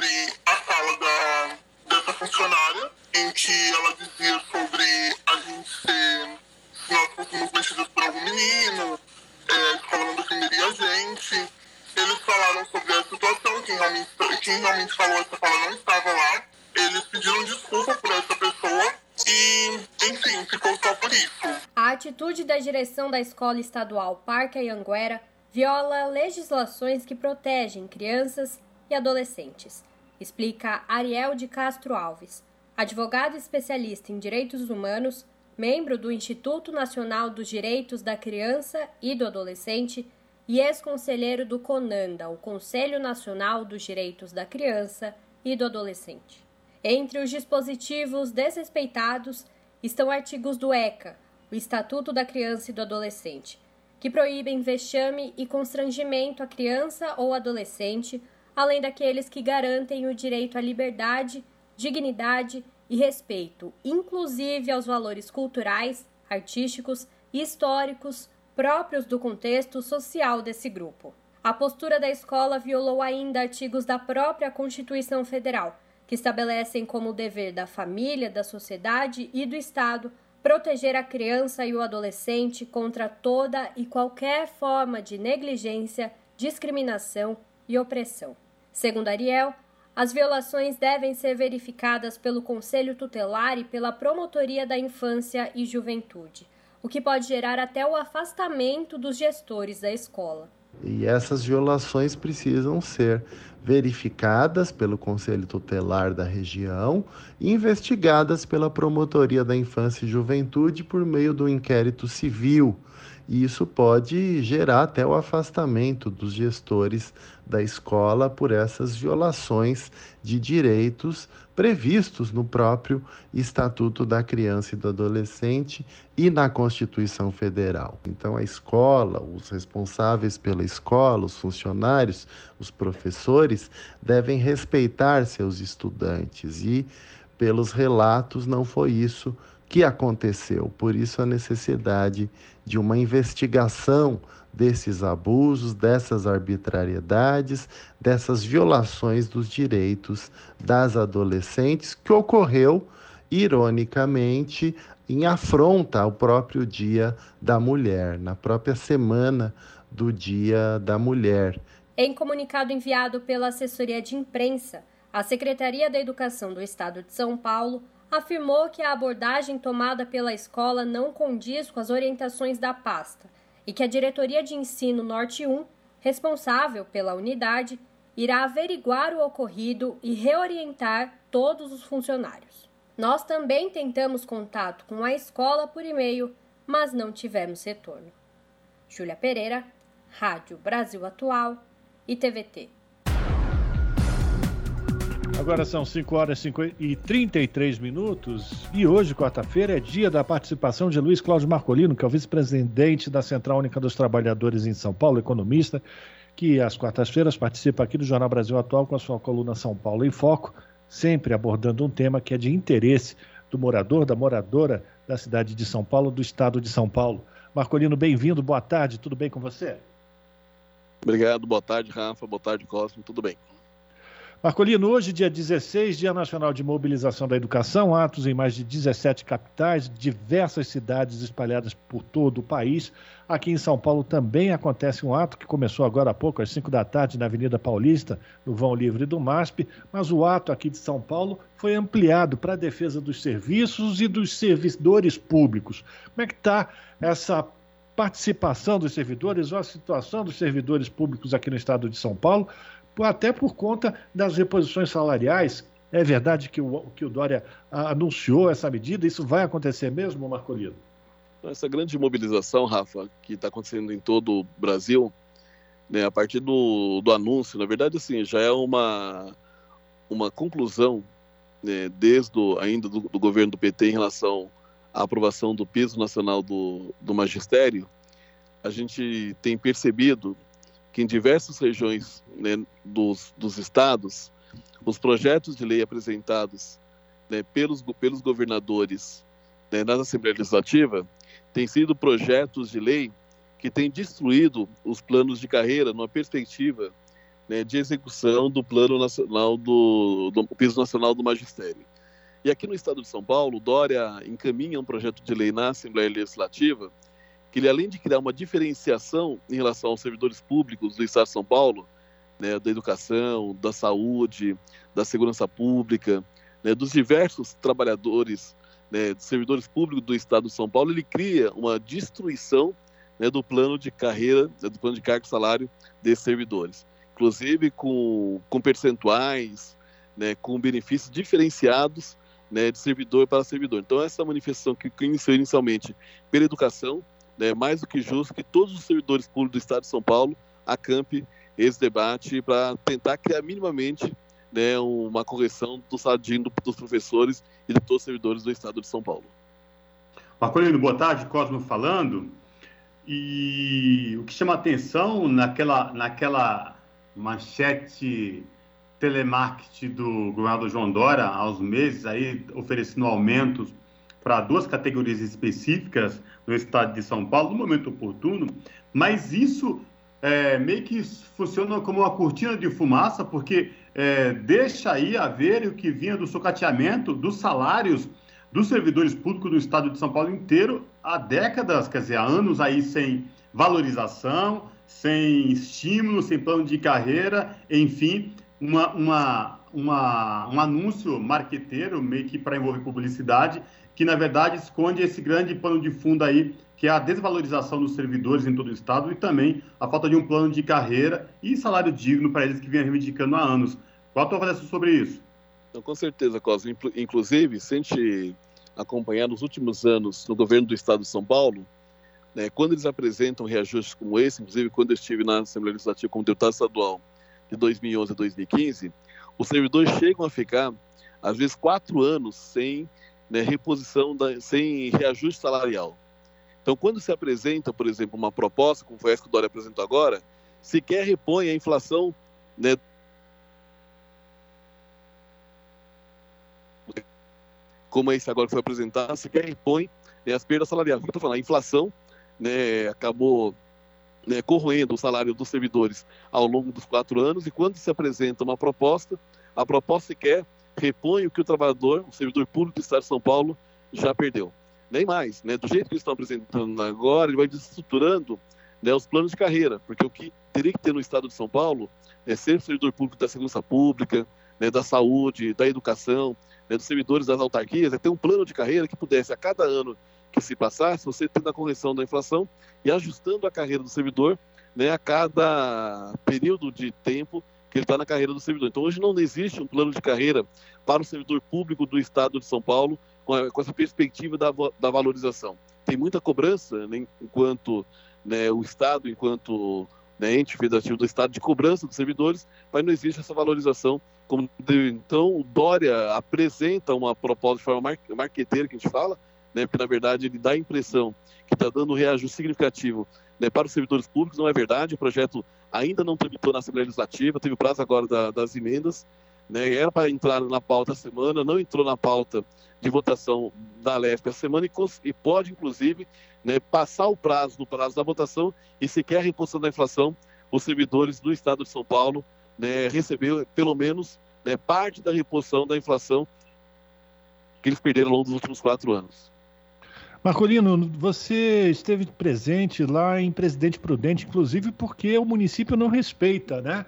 sobre a fala dessa funcionária, em que ela dizia sobre a gente ser, se nós fôssemos mexidos por algum menino, a escola não defenderia a gente. Eles falaram sobre a situação, quem realmente falou essa fala não estava lá. Eles pediram desculpa por essa pessoa e, enfim, ficou só por isso. A atitude da direção da Escola Estadual Parque Anhanguera viola legislações que protegem crianças e adolescentes, explica Ariel de Castro Alves, advogado especialista em direitos humanos, membro do Instituto Nacional dos Direitos da Criança e do Adolescente e ex-conselheiro do CONANDA, o Conselho Nacional dos Direitos da Criança e do Adolescente. Entre os dispositivos desrespeitados estão artigos do ECA, o Estatuto da Criança e do Adolescente, que proíbem vexame e constrangimento à criança ou adolescente, além daqueles que garantem o direito à liberdade, dignidade e respeito, inclusive aos valores culturais, artísticos e históricos próprios do contexto social desse grupo. A postura da escola violou ainda artigos da própria Constituição Federal, que estabelecem como dever da família, da sociedade e do Estado proteger a criança e o adolescente contra toda e qualquer forma de negligência, discriminação e opressão. Segundo Ariel, as violações devem ser verificadas pelo Conselho Tutelar e pela Promotoria da Infância e Juventude, o que pode gerar até o afastamento dos gestores da escola. E essas violações precisam ser verificadas pelo Conselho Tutelar da região e investigadas pela Promotoria da Infância e Juventude por meio do inquérito civil. E isso pode gerar até o afastamento dos gestores da escola por essas violações de direitos previstos no próprio Estatuto da Criança e do Adolescente e na Constituição Federal. Então, a escola, os responsáveis pela escola, os funcionários, os professores, devem respeitar seus estudantes e, pelos relatos, não foi isso que aconteceu. Por isso, a necessidade de uma investigação desses abusos, dessas arbitrariedades, dessas violações dos direitos das adolescentes, que ocorreu, ironicamente, em afronta ao próprio Dia da Mulher, na própria semana do Dia da Mulher. Em comunicado enviado pela assessoria de imprensa, a Secretaria da Educação do Estado de São Paulo afirmou que a abordagem tomada pela escola não condiz com as orientações da pasta e que a Diretoria de Ensino Norte 1, responsável pela unidade, irá averiguar o ocorrido e reorientar todos os funcionários. Nós também tentamos contato com a escola por e-mail, mas não tivemos retorno. Júlia Pereira, Rádio Brasil Atual e TVT. Agora são 5h33 e hoje, quarta-feira, é dia da participação de Luiz Cláudio Marcolino, que é o vice-presidente da Central Única dos Trabalhadores em São Paulo, economista, que às quartas-feiras participa aqui do Jornal Brasil Atual com a sua coluna São Paulo em Foco, sempre abordando um tema que é de interesse do morador, da moradora da cidade de São Paulo, do estado de São Paulo. Marcolino, bem-vindo, boa tarde, tudo bem com você? Obrigado, boa tarde, Rafa, boa tarde, Cosmo, tudo bem. Marcolino, hoje, dia 16, Dia Nacional de Mobilização da Educação, atos em mais de 17 capitais, diversas cidades espalhadas por todo o país. Aqui em São Paulo também acontece um ato que começou agora há pouco, às 5 da tarde, na Avenida Paulista, no vão livre do MASP, mas o ato aqui de São Paulo foi ampliado para a defesa dos serviços e dos servidores públicos. Como é que está essa participação dos servidores ou a situação dos servidores públicos aqui no estado de São Paulo, até por conta das reposições salariais? É verdade que o Dória anunciou essa medida? Isso vai acontecer mesmo, Marcolino? Essa grande mobilização, Rafa, que está acontecendo em todo o Brasil, né, a partir do anúncio, na verdade, assim, já é uma conclusão, né, ainda do governo do PT em relação à aprovação do piso nacional do magistério. A gente tem percebido que em diversas regiões, né, dos estados, os projetos de lei apresentados, né, pelos governadores, né, na Assembleia Legislativa têm sido projetos de lei que têm destruído os planos de carreira numa perspectiva né, de execução do Plano Nacional do Piso Nacional do Magistério. E aqui no estado de São Paulo, Dória encaminha um projeto de lei na Assembleia Legislativa que ele, além de criar uma diferenciação em relação aos servidores públicos do estado de São Paulo, né, da educação, da saúde, da segurança pública, né, dos diversos trabalhadores, né, dos servidores públicos do estado de São Paulo, ele cria uma destruição, né, do plano de carreira, do plano de cargo e salário desses servidores. Inclusive com percentuais, né, com benefícios diferenciados, né, de servidor para servidor. Então essa manifestação que iniciou inicialmente pela educação, né, mais do que justo que todos os servidores públicos do estado de São Paulo acampe esse debate para tentar criar minimamente, né, uma correção do salário dos professores e de todos os servidores do estado de São Paulo. Marcolino, boa tarde, Cosmo falando. E o que chama atenção naquela manchete telemarketing do governador João Dória, aos meses, aí oferecendo aumentos para 2 categorias específicas no estado de São Paulo, no momento oportuno, mas isso meio que funciona como uma cortina de fumaça, porque deixa aí a ver o que vinha do socateamento dos salários dos servidores públicos do estado de São Paulo inteiro há décadas, quer dizer, há anos aí sem valorização, sem estímulo, sem plano de carreira, enfim, um anúncio marqueteiro, meio que para envolver publicidade, que na verdade esconde esse grande pano de fundo aí, que é a desvalorização dos servidores em todo o estado e também a falta de um plano de carreira e salário digno para eles que vinham reivindicando há anos. Qual a tua avaliação sobre isso? Então, com certeza, Cosme. Inclusive, se a gente acompanhar nos últimos anos no governo do estado de São Paulo, né, quando eles apresentam reajustes como esse, inclusive quando eu estive na Assembleia Legislativa como deputado estadual de 2011 a 2015, os servidores chegam a ficar, às vezes, 4 anos sem, né, reposição, sem reajuste salarial. Então, quando se apresenta, por exemplo, uma proposta, como foi essa que o Dória apresentou agora, sequer repõe a inflação, né, como esse agora que foi apresentado, sequer repõe, né, as perdas salariais. O que eu estou falando? A inflação, né, acabou, né, corroendo o salário dos servidores ao longo dos 4 anos, e quando se apresenta uma proposta, a proposta sequer repõe o que o trabalhador, o servidor público do estado de São Paulo, já perdeu. Nem mais, né? Do jeito que eles estão apresentando agora, ele vai desestruturando, né, os planos de carreira, porque o que teria que ter no estado de São Paulo é ser servidor público da segurança pública, né, da saúde, da educação, né, dos servidores das autarquias, é ter um plano de carreira que pudesse, a cada ano que se passasse, você tendo a correção da inflação e ajustando a carreira do servidor, né, a cada período de tempo que ele está na carreira do servidor. Então, hoje não existe um plano de carreira para o servidor público do estado de São Paulo com essa perspectiva da valorização. Tem muita cobrança, né, enquanto, né, o estado, enquanto, né, ente federativo do estado, de cobrança dos servidores, mas não existe essa valorização. Então, o Dória apresenta uma proposta de forma marqueteira, que a gente fala, né, porque, na verdade, ele dá a impressão que está dando um reajuste significativo, né, para os servidores públicos. Não é verdade, o projeto ainda não tramitou na Assembleia Legislativa, teve o prazo agora das emendas, né, era para entrar na pauta a semana, não entrou na pauta de votação da LESP a semana e pode, inclusive, né, passar o prazo da votação e sequer a reposição da inflação, os servidores do estado de São Paulo, né, receber pelo menos, né, parte da reposição da inflação que eles perderam ao longo dos últimos 4 anos. Marcolino, você esteve presente lá em Presidente Prudente, inclusive porque o município não respeita, né,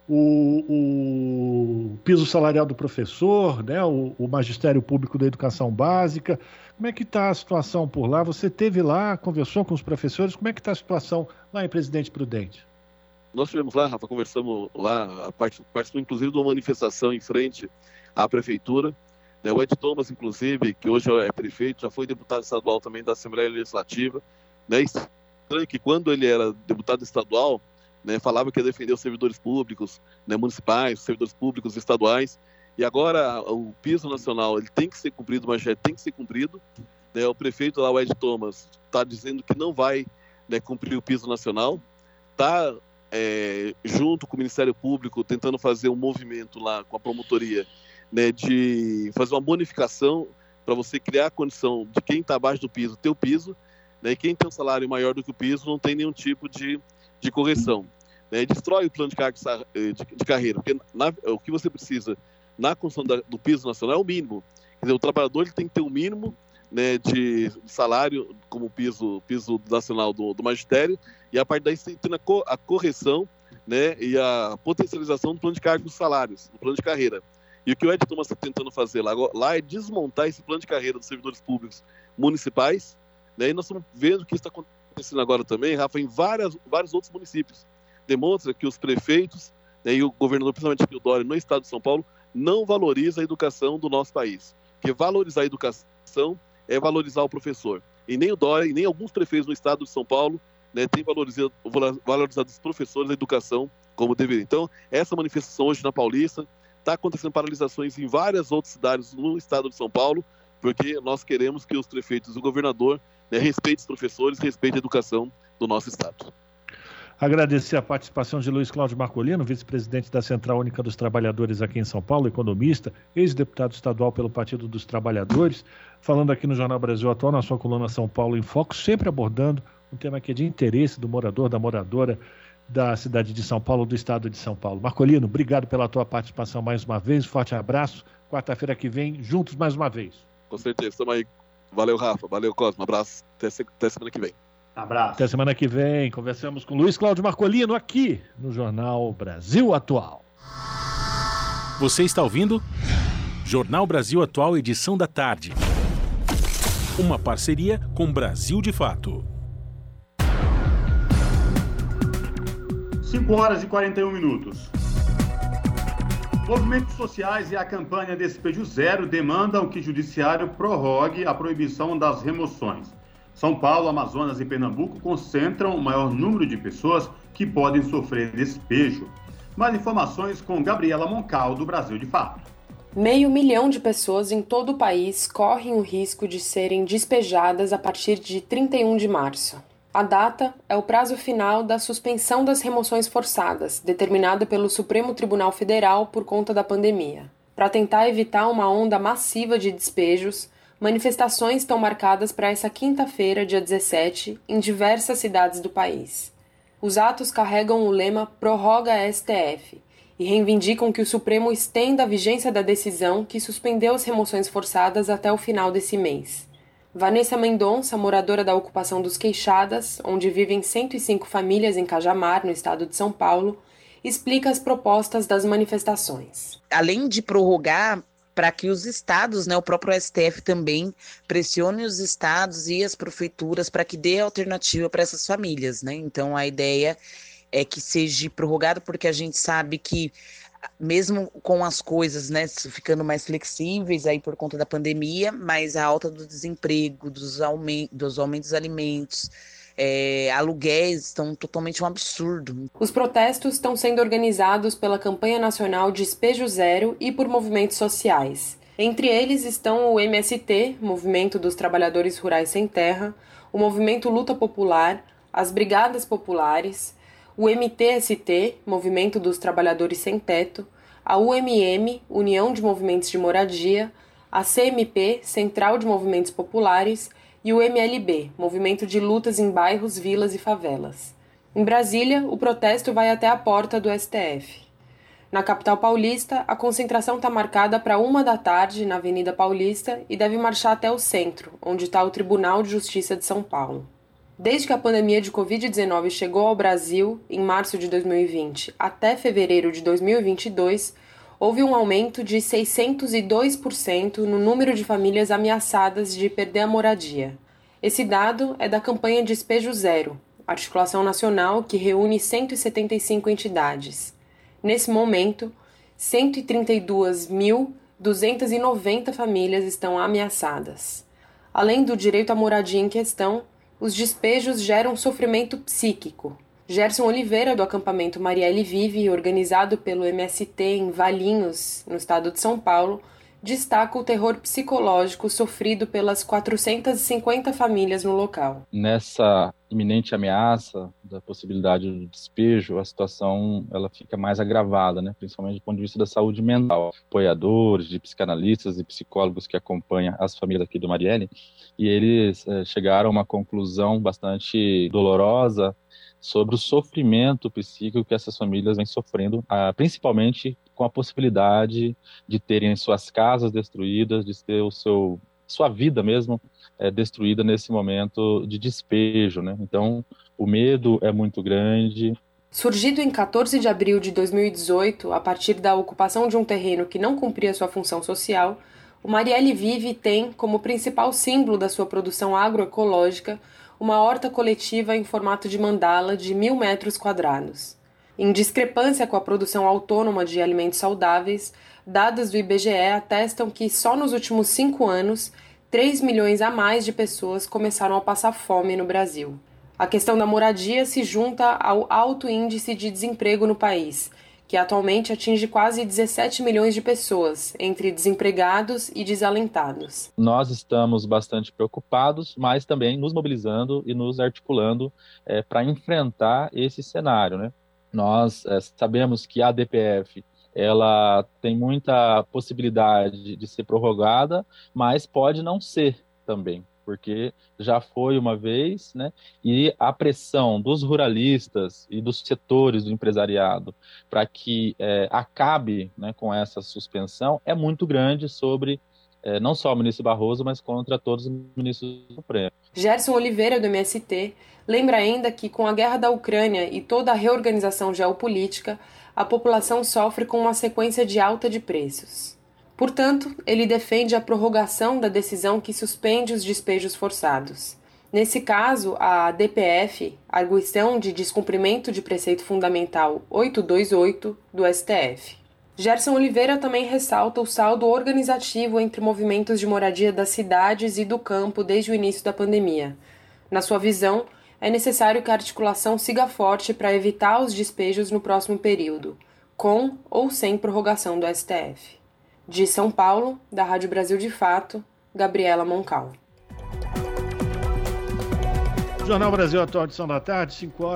o piso salarial do professor, né, o magistério público da educação básica. Como é que está a situação por lá? Você esteve lá, conversou com os professores, como é que está a situação lá em Presidente Prudente? Nós estivemos lá, Rafa, conversamos lá, participou inclusive de uma manifestação em frente à prefeitura. O Ed Thomas, inclusive, que hoje é prefeito, já foi deputado estadual também da Assembleia Legislativa. Estranho que quando ele era deputado estadual, né, falava que ia defender os servidores públicos, né, municipais, os servidores públicos estaduais, e agora o piso nacional ele tem que ser cumprido, mas já tem que ser cumprido. Né, o prefeito lá, o Ed Thomas, está dizendo que não vai, né, cumprir o piso nacional, está junto com o Ministério Público tentando fazer um movimento lá com a promotoria, né, de fazer uma bonificação para você criar a condição de quem está abaixo do piso ter o piso, né, e quem tem um salário maior do que o piso não tem nenhum tipo de correção. né, destrói o plano de carreira, porque o que você precisa na construção do piso nacional é o mínimo. Quer dizer, o trabalhador ele tem que ter um mínimo, né, de salário como piso nacional do magistério, e a partir daí você tem a correção, né, e a potencialização do plano de cargos e salários, do plano de carreira. E o que o Ed Thomas está tentando fazer lá é desmontar esse plano de carreira dos servidores públicos municipais, né, e nós estamos vendo que isso está acontecendo agora também, Rafa, em vários outros municípios. Demonstra que os prefeitos, né, e o governador, principalmente o Dória, no estado de São Paulo, não valoriza a educação do nosso país. Porque valorizar a educação é valorizar o professor. E nem o Dória, e nem alguns prefeitos no estado de São Paulo, né, têm valorizado os professores, a educação como deveria. Então, essa manifestação hoje na Paulista, está acontecendo paralisações em várias outras cidades no estado de São Paulo, porque nós queremos que os prefeitos e o governador, né, respeitem os professores, respeitem a educação do nosso estado. Agradecer a participação de Luiz Cláudio Marcolino, vice-presidente da Central Única dos Trabalhadores aqui em São Paulo, economista, ex-deputado estadual pelo Partido dos Trabalhadores, falando aqui no Jornal Brasil Atual, na sua coluna São Paulo em Foco, sempre abordando um tema que é de interesse do morador, da moradora da cidade de São Paulo, do estado de São Paulo. Marcolino, obrigado pela tua participação mais uma vez, forte abraço, quarta-feira que vem, juntos mais uma vez. Com certeza, estamos aí. Valeu, Rafa, valeu, Cosmo, abraço, até semana que vem. Abraço. Até semana que vem. Conversamos com Luiz Cláudio Marcolino aqui no Jornal Brasil Atual. Você está ouvindo Jornal Brasil Atual, edição da tarde. Uma parceria com Brasil de Fato. 5h41. Movimentos sociais e a campanha Despejo Zero demandam que o Judiciário prorrogue a proibição das remoções. São Paulo, Amazonas e Pernambuco concentram o maior número de pessoas que podem sofrer despejo. Mais informações com Gabriela Moncal, do Brasil de Fato. 500.000 de pessoas em todo o país correm o risco de serem despejadas a partir de 31 de março. A data é o prazo final da suspensão das remoções forçadas, determinada pelo Supremo Tribunal Federal por conta da pandemia. Para tentar evitar uma onda massiva de despejos, manifestações estão marcadas para essa quinta-feira, dia 17, em diversas cidades do país. Os atos carregam o lema Prorroga STF e reivindicam que o Supremo estenda a vigência da decisão que suspendeu as remoções forçadas até o final desse mês. Vanessa Mendonça, moradora da ocupação dos Queixadas, onde vivem 105 famílias em Cajamar, no estado de São Paulo, explica as propostas das manifestações. Além de prorrogar, para que os estados, né, o próprio STF também pressione os estados e as prefeituras para que dê alternativa para essas famílias, né? Então a ideia é que seja prorrogado, porque a gente sabe que mesmo com as coisas, né, ficando mais flexíveis aí por conta da pandemia, mas a alta do desemprego, dos aumentos dos alimentos, aluguéis estão totalmente um absurdo. Os protestos estão sendo organizados pela campanha nacional Despejo Zero e por movimentos sociais. Entre eles estão o MST, Movimento dos Trabalhadores Rurais Sem Terra, o Movimento Luta Popular, as Brigadas Populares, o MTST, Movimento dos Trabalhadores Sem Teto, a UMM, União de Movimentos de Moradia, a CMP, Central de Movimentos Populares, e o MLB, Movimento de Lutas em Bairros, Vilas e Favelas. Em Brasília, o protesto vai até a porta do STF. Na capital paulista, a concentração está marcada para 13h na Avenida Paulista e deve marchar até o centro, onde está o Tribunal de Justiça de São Paulo. Desde que a pandemia de Covid-19 chegou ao Brasil, em março de 2020, até fevereiro de 2022, houve um aumento de 602% no número de famílias ameaçadas de perder a moradia. Esse dado é da campanha Despejo Zero, articulação nacional que reúne 175 entidades. Nesse momento, 132.290 famílias estão ameaçadas. Além do direito à moradia em questão, os despejos geram sofrimento psíquico. Gerson Oliveira, do acampamento Marielle Vive, organizado pelo MST em Valinhos, no estado de São Paulo, destaca o terror psicológico sofrido pelas 450 famílias no local. Nessa iminente ameaça da possibilidade do despejo, a situação ela fica mais agravada, né? Principalmente do ponto de vista da saúde mental. Apoiadores, de psicanalistas e psicólogos que acompanham as famílias aqui do Marielle, e eles chegaram a uma conclusão bastante dolorosa sobre o sofrimento psíquico que essas famílias vêm sofrendo, principalmente com a possibilidade de terem suas casas destruídas, de ter sua vida mesmo destruída nesse momento de despejo, né? Então, o medo é muito grande. Surgido em 14 de abril de 2018, a partir da ocupação de um terreno que não cumpria sua função social, o Marielle Vive tem como principal símbolo da sua produção agroecológica uma horta coletiva em formato de mandala de 1.000 metros quadrados. Em discrepância com a produção autônoma de alimentos saudáveis, dados do IBGE atestam que só nos últimos 5 anos, 3 milhões a mais de pessoas começaram a passar fome no Brasil. A questão da moradia se junta ao alto índice de desemprego no país, que atualmente atinge quase 17 milhões de pessoas, entre desempregados e desalentados. Nós estamos bastante preocupados, mas também nos mobilizando e nos articulando para enfrentar esse cenário, né? Nós sabemos que a DPF ela tem muita possibilidade de ser prorrogada, mas pode não ser também, porque já foi uma vez, né? E a pressão dos ruralistas e dos setores do empresariado para que acabe, né, com essa suspensão é muito grande sobre não só o ministro Barroso, mas contra todos os ministros do Supremo. Gerson Oliveira, do MST, lembra ainda que com a guerra da Ucrânia e toda a reorganização geopolítica, a população sofre com uma sequência de alta de preços. Portanto, ele defende a prorrogação da decisão que suspende os despejos forçados. Nesse caso, a DPF, Arguição de Descumprimento de Preceito Fundamental 828 do STF. Gerson Oliveira também ressalta o saldo organizativo entre movimentos de moradia das cidades e do campo desde o início da pandemia. Na sua visão, é necessário que a articulação siga forte para evitar os despejos no próximo período, com ou sem prorrogação do STF. De São Paulo, da Rádio Brasil de Fato, Gabriela Moncal. Jornal Brasil Atual, edição da tarde,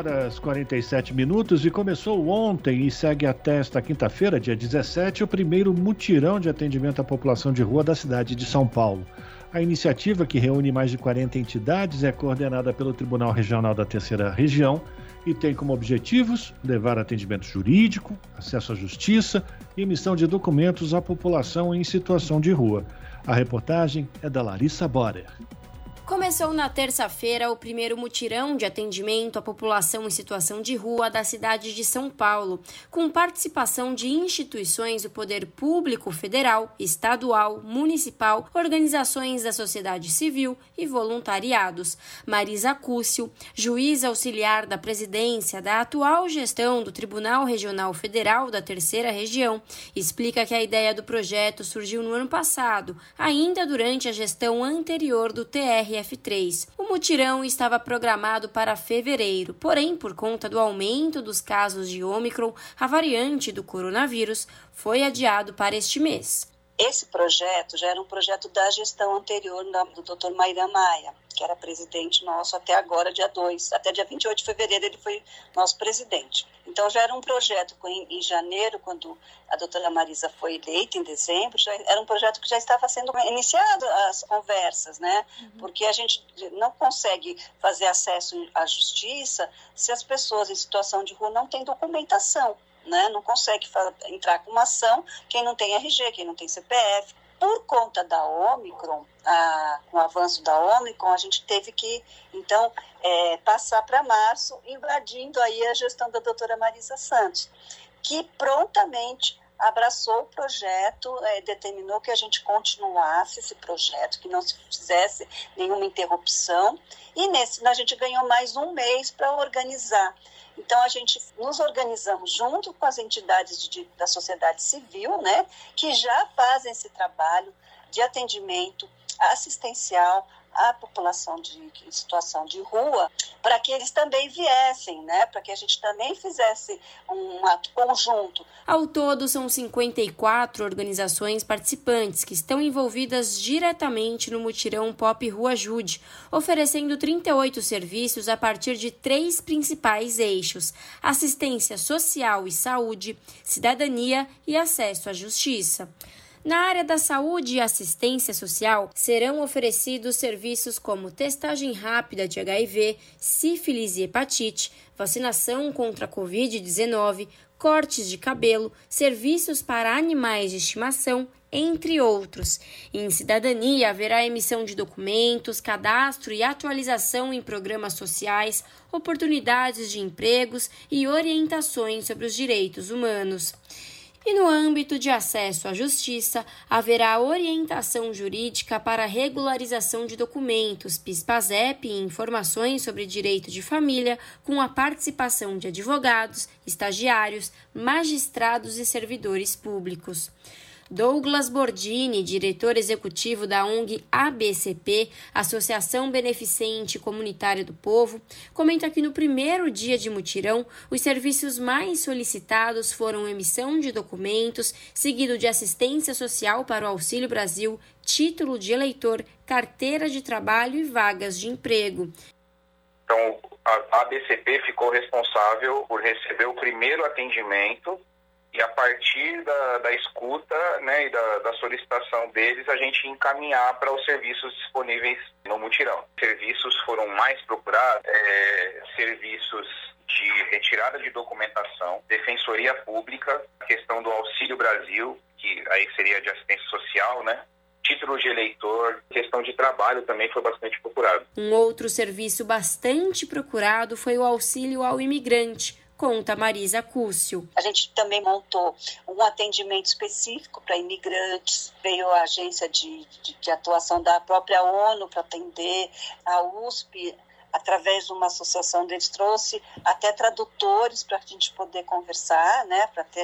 5h47, e começou ontem e segue até esta quinta-feira, dia 17, o primeiro mutirão de atendimento à população de rua da cidade de São Paulo. A iniciativa, que reúne mais de 40 entidades, é coordenada pelo Tribunal Regional da Terceira Região e tem como objetivos levar atendimento jurídico, acesso à justiça e emissão de documentos à população em situação de rua. A reportagem é da Larissa Borer. Começou na terça-feira o primeiro mutirão de atendimento à população em situação de rua da cidade de São Paulo, com participação de instituições do poder público federal, estadual, municipal, organizações da sociedade civil e voluntariados. Marisa Cúcio, juiz auxiliar da presidência da atual gestão do Tribunal Regional Federal da Terceira Região, explica que a ideia do projeto surgiu no ano passado, ainda durante a gestão anterior do TRF3. O mutirão estava programado para fevereiro, porém, por conta do aumento dos casos de Ômicron, a variante do coronavírus, foi adiado para este mês. Esse projeto já era um projeto da gestão anterior do Dr. Maíra Maia, que era presidente nosso até agora, dia 2. Até dia 28 de fevereiro ele foi nosso presidente. Então já era um projeto em janeiro, quando a doutora Marisa foi eleita, em dezembro, já era um projeto que já estava sendo iniciado as conversas, né? Porque a gente não consegue fazer acesso à justiça se as pessoas em situação de rua não têm documentação. Né? Não consegue entrar com uma ação quem não tem RG, quem não tem CPF. Por conta da Ômicron, com o avanço da Ômicron, a gente teve que, então, passar para março, invadindo aí a gestão da doutora Marisa Santos, que prontamente abraçou o projeto, determinou que a gente continuasse esse projeto, que não se fizesse nenhuma interrupção, e a gente ganhou mais um mês para organizar. Então, a gente nos organizamos junto com as entidades da sociedade civil, né, que já fazem esse trabalho de atendimento assistencial à população em situação de rua, para que eles também viessem, né, para que a gente também fizesse um ato conjunto. Ao todo, são 54 organizações participantes que estão envolvidas diretamente no mutirão Pop Rua Ajude, oferecendo 38 serviços a partir de 3 principais eixos: assistência social e saúde, cidadania e acesso à justiça. Na área da saúde e assistência social, serão oferecidos serviços como testagem rápida de HIV, sífilis e hepatite, vacinação contra a Covid-19, cortes de cabelo, serviços para animais de estimação, entre outros. Em cidadania, haverá emissão de documentos, cadastro e atualização em programas sociais, oportunidades de empregos e orientações sobre os direitos humanos. E no âmbito de acesso à justiça, haverá orientação jurídica para regularização de documentos, PIS/PASEP e informações sobre direito de família, com a participação de advogados, estagiários, magistrados e servidores públicos. Douglas Bordini, diretor executivo da ONG ABCP, Associação Beneficente Comunitária do Povo, comenta que no primeiro dia de mutirão, os serviços mais solicitados foram emissão de documentos, seguido de assistência social para o Auxílio Brasil, título de eleitor, carteira de trabalho e vagas de emprego. Então, a ABCP ficou responsável por receber o primeiro atendimento e a partir da escuta, né, e da solicitação deles, a gente encaminhar para os serviços disponíveis no mutirão. Serviços foram mais procurados, serviços de retirada de documentação, defensoria pública, a questão do Auxílio Brasil, que aí seria de assistência social, né? Título de eleitor, questão de trabalho também foi bastante procurado. Um outro serviço bastante procurado foi o auxílio ao imigrante, conta Marisa Cúcio. A gente também montou um atendimento específico para imigrantes, veio a agência de atuação da própria ONU para atender, a USP, através de uma associação deles, trouxe até tradutores para a gente poder conversar, né, para ter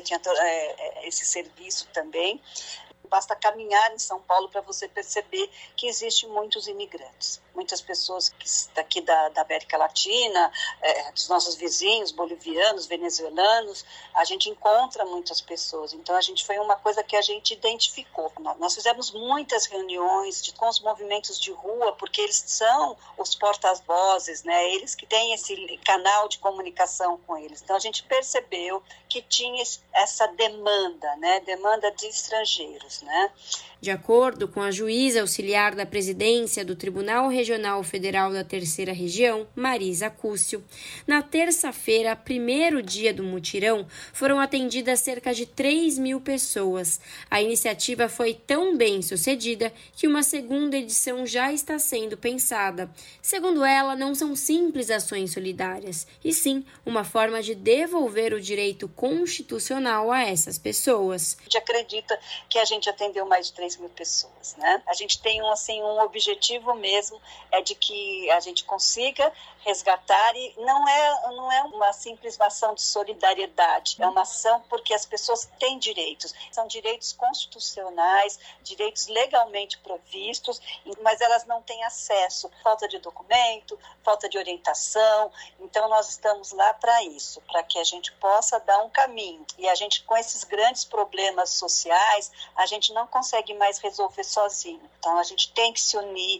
esse serviço também. Basta caminhar em São Paulo para você perceber que existem muitos imigrantes, muitas pessoas daqui da América Latina, dos nossos vizinhos, bolivianos, venezuelanos, a gente encontra muitas pessoas. Então, foi uma coisa que a gente identificou. Nós fizemos muitas reuniões com os movimentos de rua, porque eles são os porta-vozes, né? Eles que têm esse canal de comunicação com eles. Então, a gente percebeu que tinha essa demanda, né? Demanda de estrangeiros, né? De acordo com a juíza auxiliar da presidência do Tribunal Regional Federal da Terceira Região, Marisa Cúcio, na terça-feira, primeiro dia do mutirão, foram atendidas cerca de 3.000 pessoas. A iniciativa foi tão bem sucedida que uma segunda edição já está sendo pensada. Segundo ela, não são simples ações solidárias, e sim uma forma de devolver o direito constitucional a essas pessoas. A gente acredita que a gente atendeu mais de 3.000 pessoas, né? A gente tem um objetivo mesmo, é de que a gente consiga resgatar, e não é uma simples ação de solidariedade, é uma ação porque as pessoas têm direitos, são direitos constitucionais, direitos legalmente provistos, mas elas não têm acesso, falta de documento, falta de orientação. Então nós estamos lá para isso, para que a gente possa dar um caminho, e a gente, com esses grandes problemas sociais, a gente não consegue mais resolver sozinho. Então a gente tem que se unir,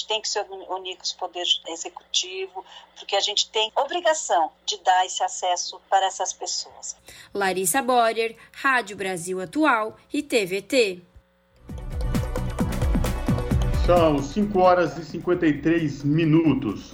com os poderes executivos, porque a gente tem obrigação de dar esse acesso para essas pessoas. Larissa Borer, Rádio Brasil Atual e TVT. São 5 horas e 53 minutos.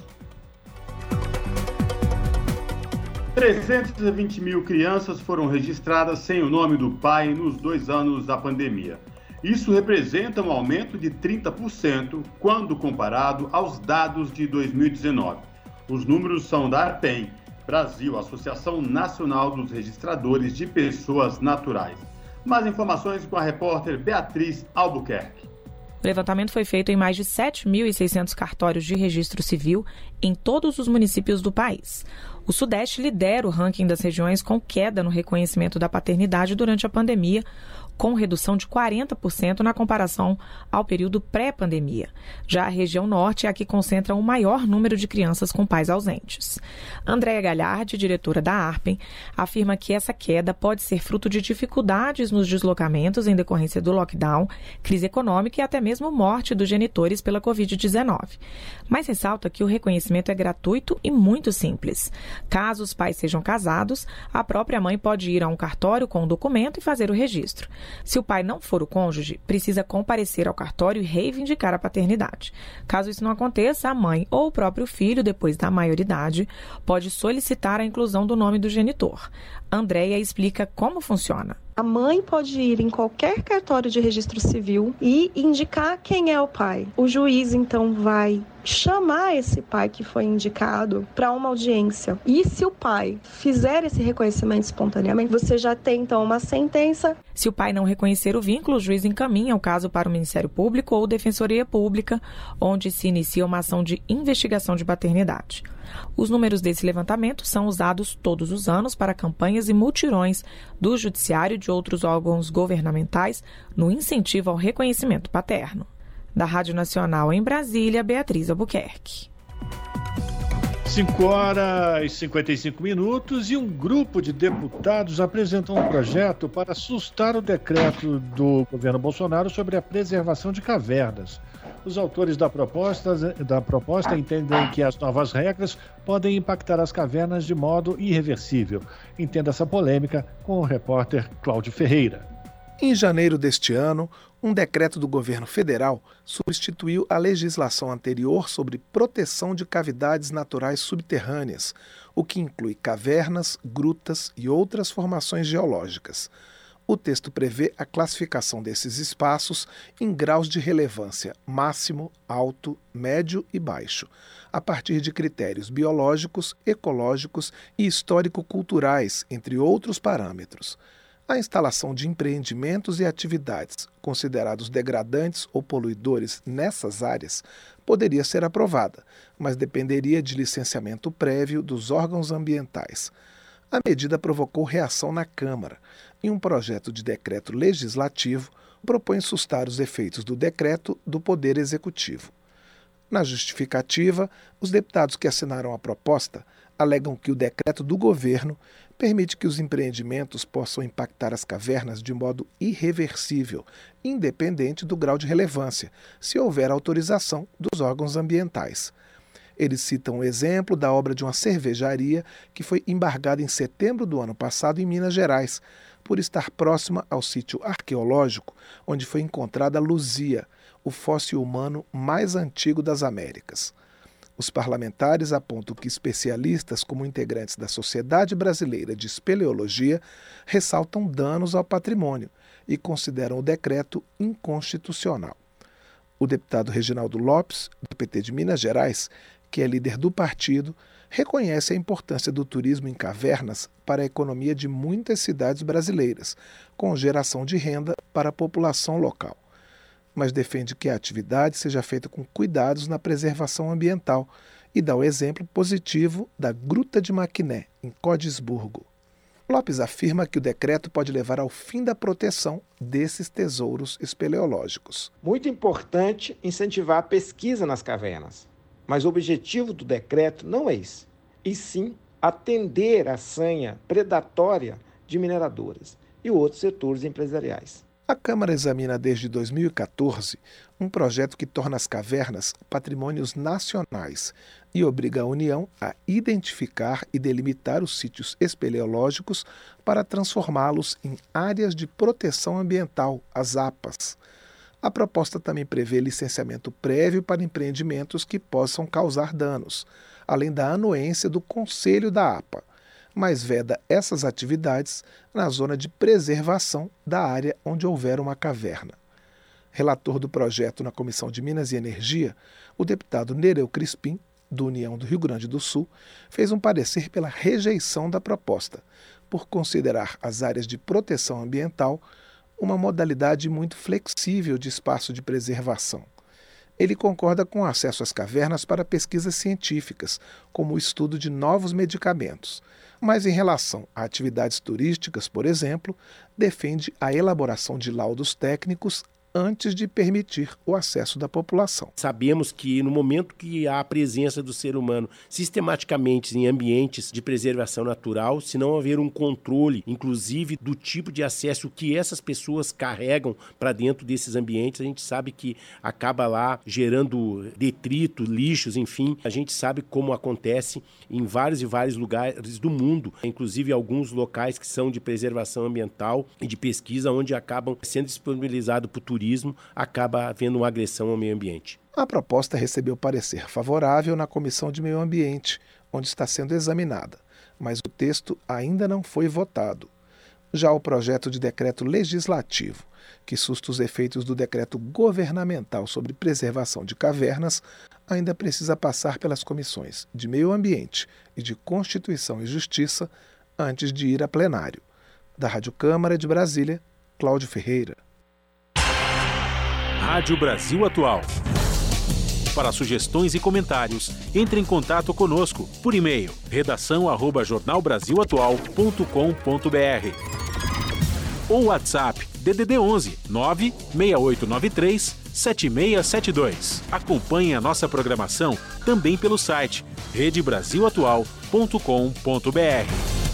320 mil crianças foram registradas sem o nome do pai nos 2 anos da pandemia. Isso representa um aumento de 30% quando comparado aos dados de 2019. Os números são da ARPEN, Brasil, Associação Nacional dos Registradores de Pessoas Naturais. Mais informações com a repórter Beatriz Albuquerque. O levantamento foi feito em mais de 7.600 cartórios de registro civil em todos os municípios do país. O Sudeste lidera o ranking das regiões com queda no reconhecimento da paternidade durante a pandemia, com redução de 40% na comparação ao período pré-pandemia. Já a região norte é a que concentra o maior número de crianças com pais ausentes. Andréa Galhardi, diretora da ARPEN, afirma que essa queda pode ser fruto de dificuldades nos deslocamentos em decorrência do lockdown, crise econômica e até mesmo morte dos genitores pela Covid-19. Mas ressalta que o reconhecimento é gratuito e muito simples. Caso os pais sejam casados, a própria mãe pode ir a um cartório com o documento e fazer o registro. Se o pai não for o cônjuge, precisa comparecer ao cartório e reivindicar a paternidade. Caso isso não aconteça, a mãe ou o próprio filho, depois da maioridade, pode solicitar a inclusão do nome do genitor. Andréia explica como funciona. A mãe pode ir em qualquer cartório de registro civil e indicar quem é o pai. O juiz, então, vai chamar esse pai que foi indicado para uma audiência. E se o pai fizer esse reconhecimento espontaneamente, você já tem, então, uma sentença. Se o pai não reconhecer o vínculo, o juiz encaminha o caso para o Ministério Público ou Defensoria Pública, onde se inicia uma ação de investigação de paternidade. Os números desse levantamento são usados todos os anos para campanhas e mutirões do Judiciário e de outros órgãos governamentais no incentivo ao reconhecimento paterno. Da Rádio Nacional em Brasília, Beatriz Albuquerque. 5h55 e um grupo de deputados apresentou um projeto para sustar o decreto do governo Bolsonaro sobre a preservação de cavernas. Os autores da proposta entendem que as novas regras podem impactar as cavernas de modo irreversível. Entenda essa polêmica com o repórter Cláudio Ferreira. Em janeiro deste ano, um decreto do governo federal substituiu a legislação anterior sobre proteção de cavidades naturais subterrâneas, o que inclui cavernas, grutas e outras formações geológicas. O texto prevê a classificação desses espaços em graus de relevância máximo, alto, médio e baixo, a partir de critérios biológicos, ecológicos e histórico-culturais, entre outros parâmetros. A instalação de empreendimentos e atividades considerados degradantes ou poluidores nessas áreas poderia ser aprovada, mas dependeria de licenciamento prévio dos órgãos ambientais. A medida provocou reação na Câmara e um projeto de decreto legislativo propõe sustar os efeitos do decreto do Poder Executivo. Na justificativa, os deputados que assinaram a proposta alegam que o decreto do governo permite que os empreendimentos possam impactar as cavernas de modo irreversível, independente do grau de relevância, se houver autorização dos órgãos ambientais. Eles citam o exemplo da obra de uma cervejaria que foi embargada em setembro do ano passado em Minas Gerais, por estar próxima ao sítio arqueológico onde foi encontrada a Luzia, o fóssil humano mais antigo das Américas. Os parlamentares apontam que especialistas, como integrantes da Sociedade Brasileira de Espeleologia, ressaltam danos ao patrimônio e consideram o decreto inconstitucional. O deputado Reginaldo Lopes, do PT de Minas Gerais, que é líder do partido, reconhece a importância do turismo em cavernas para a economia de muitas cidades brasileiras, com geração de renda para a população local. Mas defende que a atividade seja feita com cuidados na preservação ambiental e dá o exemplo positivo da Gruta de Maquiné, em Codisburgo. Lopes afirma que o decreto pode levar ao fim da proteção desses tesouros espeleológicos. Muito importante incentivar a pesquisa nas cavernas, mas o objetivo do decreto não é esse, e sim atender à sanha predatória de mineradoras e outros setores empresariais. A Câmara examina desde 2014 um projeto que torna as cavernas patrimônios nacionais e obriga a União a identificar e delimitar os sítios espeleológicos para transformá-los em áreas de proteção ambiental, as APAs. A proposta também prevê licenciamento prévio para empreendimentos que possam causar danos, além da anuência do Conselho da APA, mas veda essas atividades na zona de preservação da área onde houver uma caverna. Relator do projeto na Comissão de Minas e Energia, o deputado Nereu Crispim, do União do Rio Grande do Sul, fez um parecer pela rejeição da proposta, por considerar as áreas de proteção ambiental uma modalidade muito flexível de espaço de preservação. Ele concorda com o acesso às cavernas para pesquisas científicas, como o estudo de novos medicamentos, mas em relação a atividades turísticas, por exemplo, defende a elaboração de laudos técnicos antes de permitir o acesso da população. Sabemos que no momento que há a presença do ser humano sistematicamente em ambientes de preservação natural, se não haver um controle, inclusive do tipo de acesso que essas pessoas carregam para dentro desses ambientes, a gente sabe que acaba lá gerando detrito, lixos, enfim. A gente sabe como acontece em vários e vários lugares do mundo, inclusive alguns locais que são de preservação ambiental e de pesquisa, onde acabam sendo disponibilizados para o turismo, acaba havendo uma agressão ao meio ambiente. A proposta recebeu parecer favorável na Comissão de Meio Ambiente, onde está sendo examinada, mas o texto ainda não foi votado. Já o projeto de decreto legislativo, que susta os efeitos do decreto governamental sobre preservação de cavernas, ainda precisa passar pelas comissões de Meio Ambiente e de Constituição e Justiça antes de ir a plenário. Da Rádio Câmara de Brasília, Cláudio Ferreira. Rádio Brasil Atual. Para sugestões e comentários, entre em contato conosco por e-mail redação@jornalbrasilatual.com.br ou WhatsApp DDD 11 96893 7672. Acompanhe a nossa programação também pelo site redebrasilatual.com.br.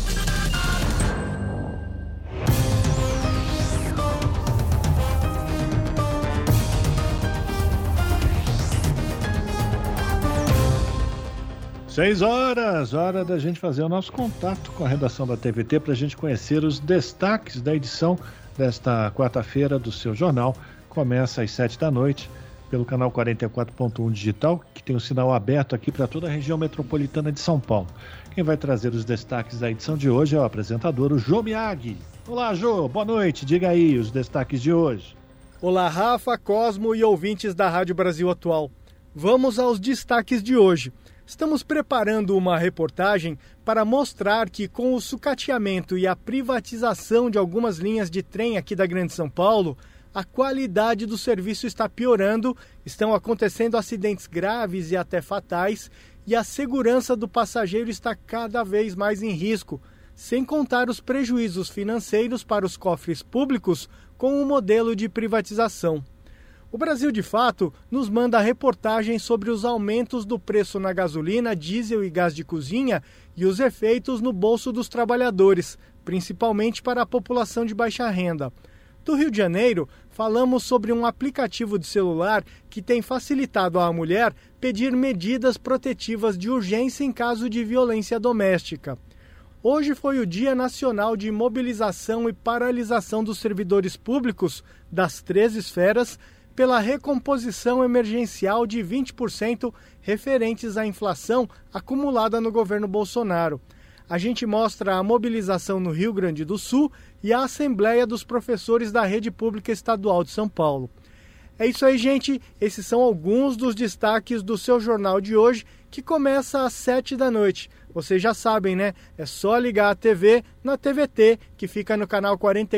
Seis horas, hora da gente fazer o nosso contato com a redação da TVT para a gente conhecer os destaques da edição desta quarta-feira do seu jornal. Começa às 7h pelo canal 44.1 digital, que tem um sinal aberto aqui para toda a região metropolitana de São Paulo. Quem vai trazer os destaques da edição de hoje é o apresentador, o Jô Miyagi. Olá, Jô, boa noite, diga aí os destaques de hoje. Olá, Rafa, Cosmo e ouvintes da Rádio Brasil Atual. Vamos aos destaques de hoje. Estamos preparando uma reportagem para mostrar que, com o sucateamento e a privatização de algumas linhas de trem aqui da Grande São Paulo, a qualidade do serviço está piorando, estão acontecendo acidentes graves e até fatais, e a segurança do passageiro está cada vez mais em risco, sem contar os prejuízos financeiros para os cofres públicos com o modelo de privatização. O Brasil de Fato nos manda reportagens sobre os aumentos do preço na gasolina, diesel e gás de cozinha e os efeitos no bolso dos trabalhadores, principalmente para a população de baixa renda. Do Rio de Janeiro, falamos sobre um aplicativo de celular que tem facilitado à mulher pedir medidas protetivas de urgência em caso de violência doméstica. Hoje foi o Dia Nacional de Mobilização e Paralisação dos Servidores Públicos das 3 esferas, pela recomposição emergencial de 20% referentes à inflação acumulada no governo Bolsonaro. A gente mostra a mobilização no Rio Grande do Sul e a Assembleia dos Professores da Rede Pública Estadual de São Paulo. É isso aí, gente. Esses são alguns dos destaques do seu jornal de hoje, que começa às 7h. Vocês já sabem, né? É só ligar a TV na TVT, que fica no canal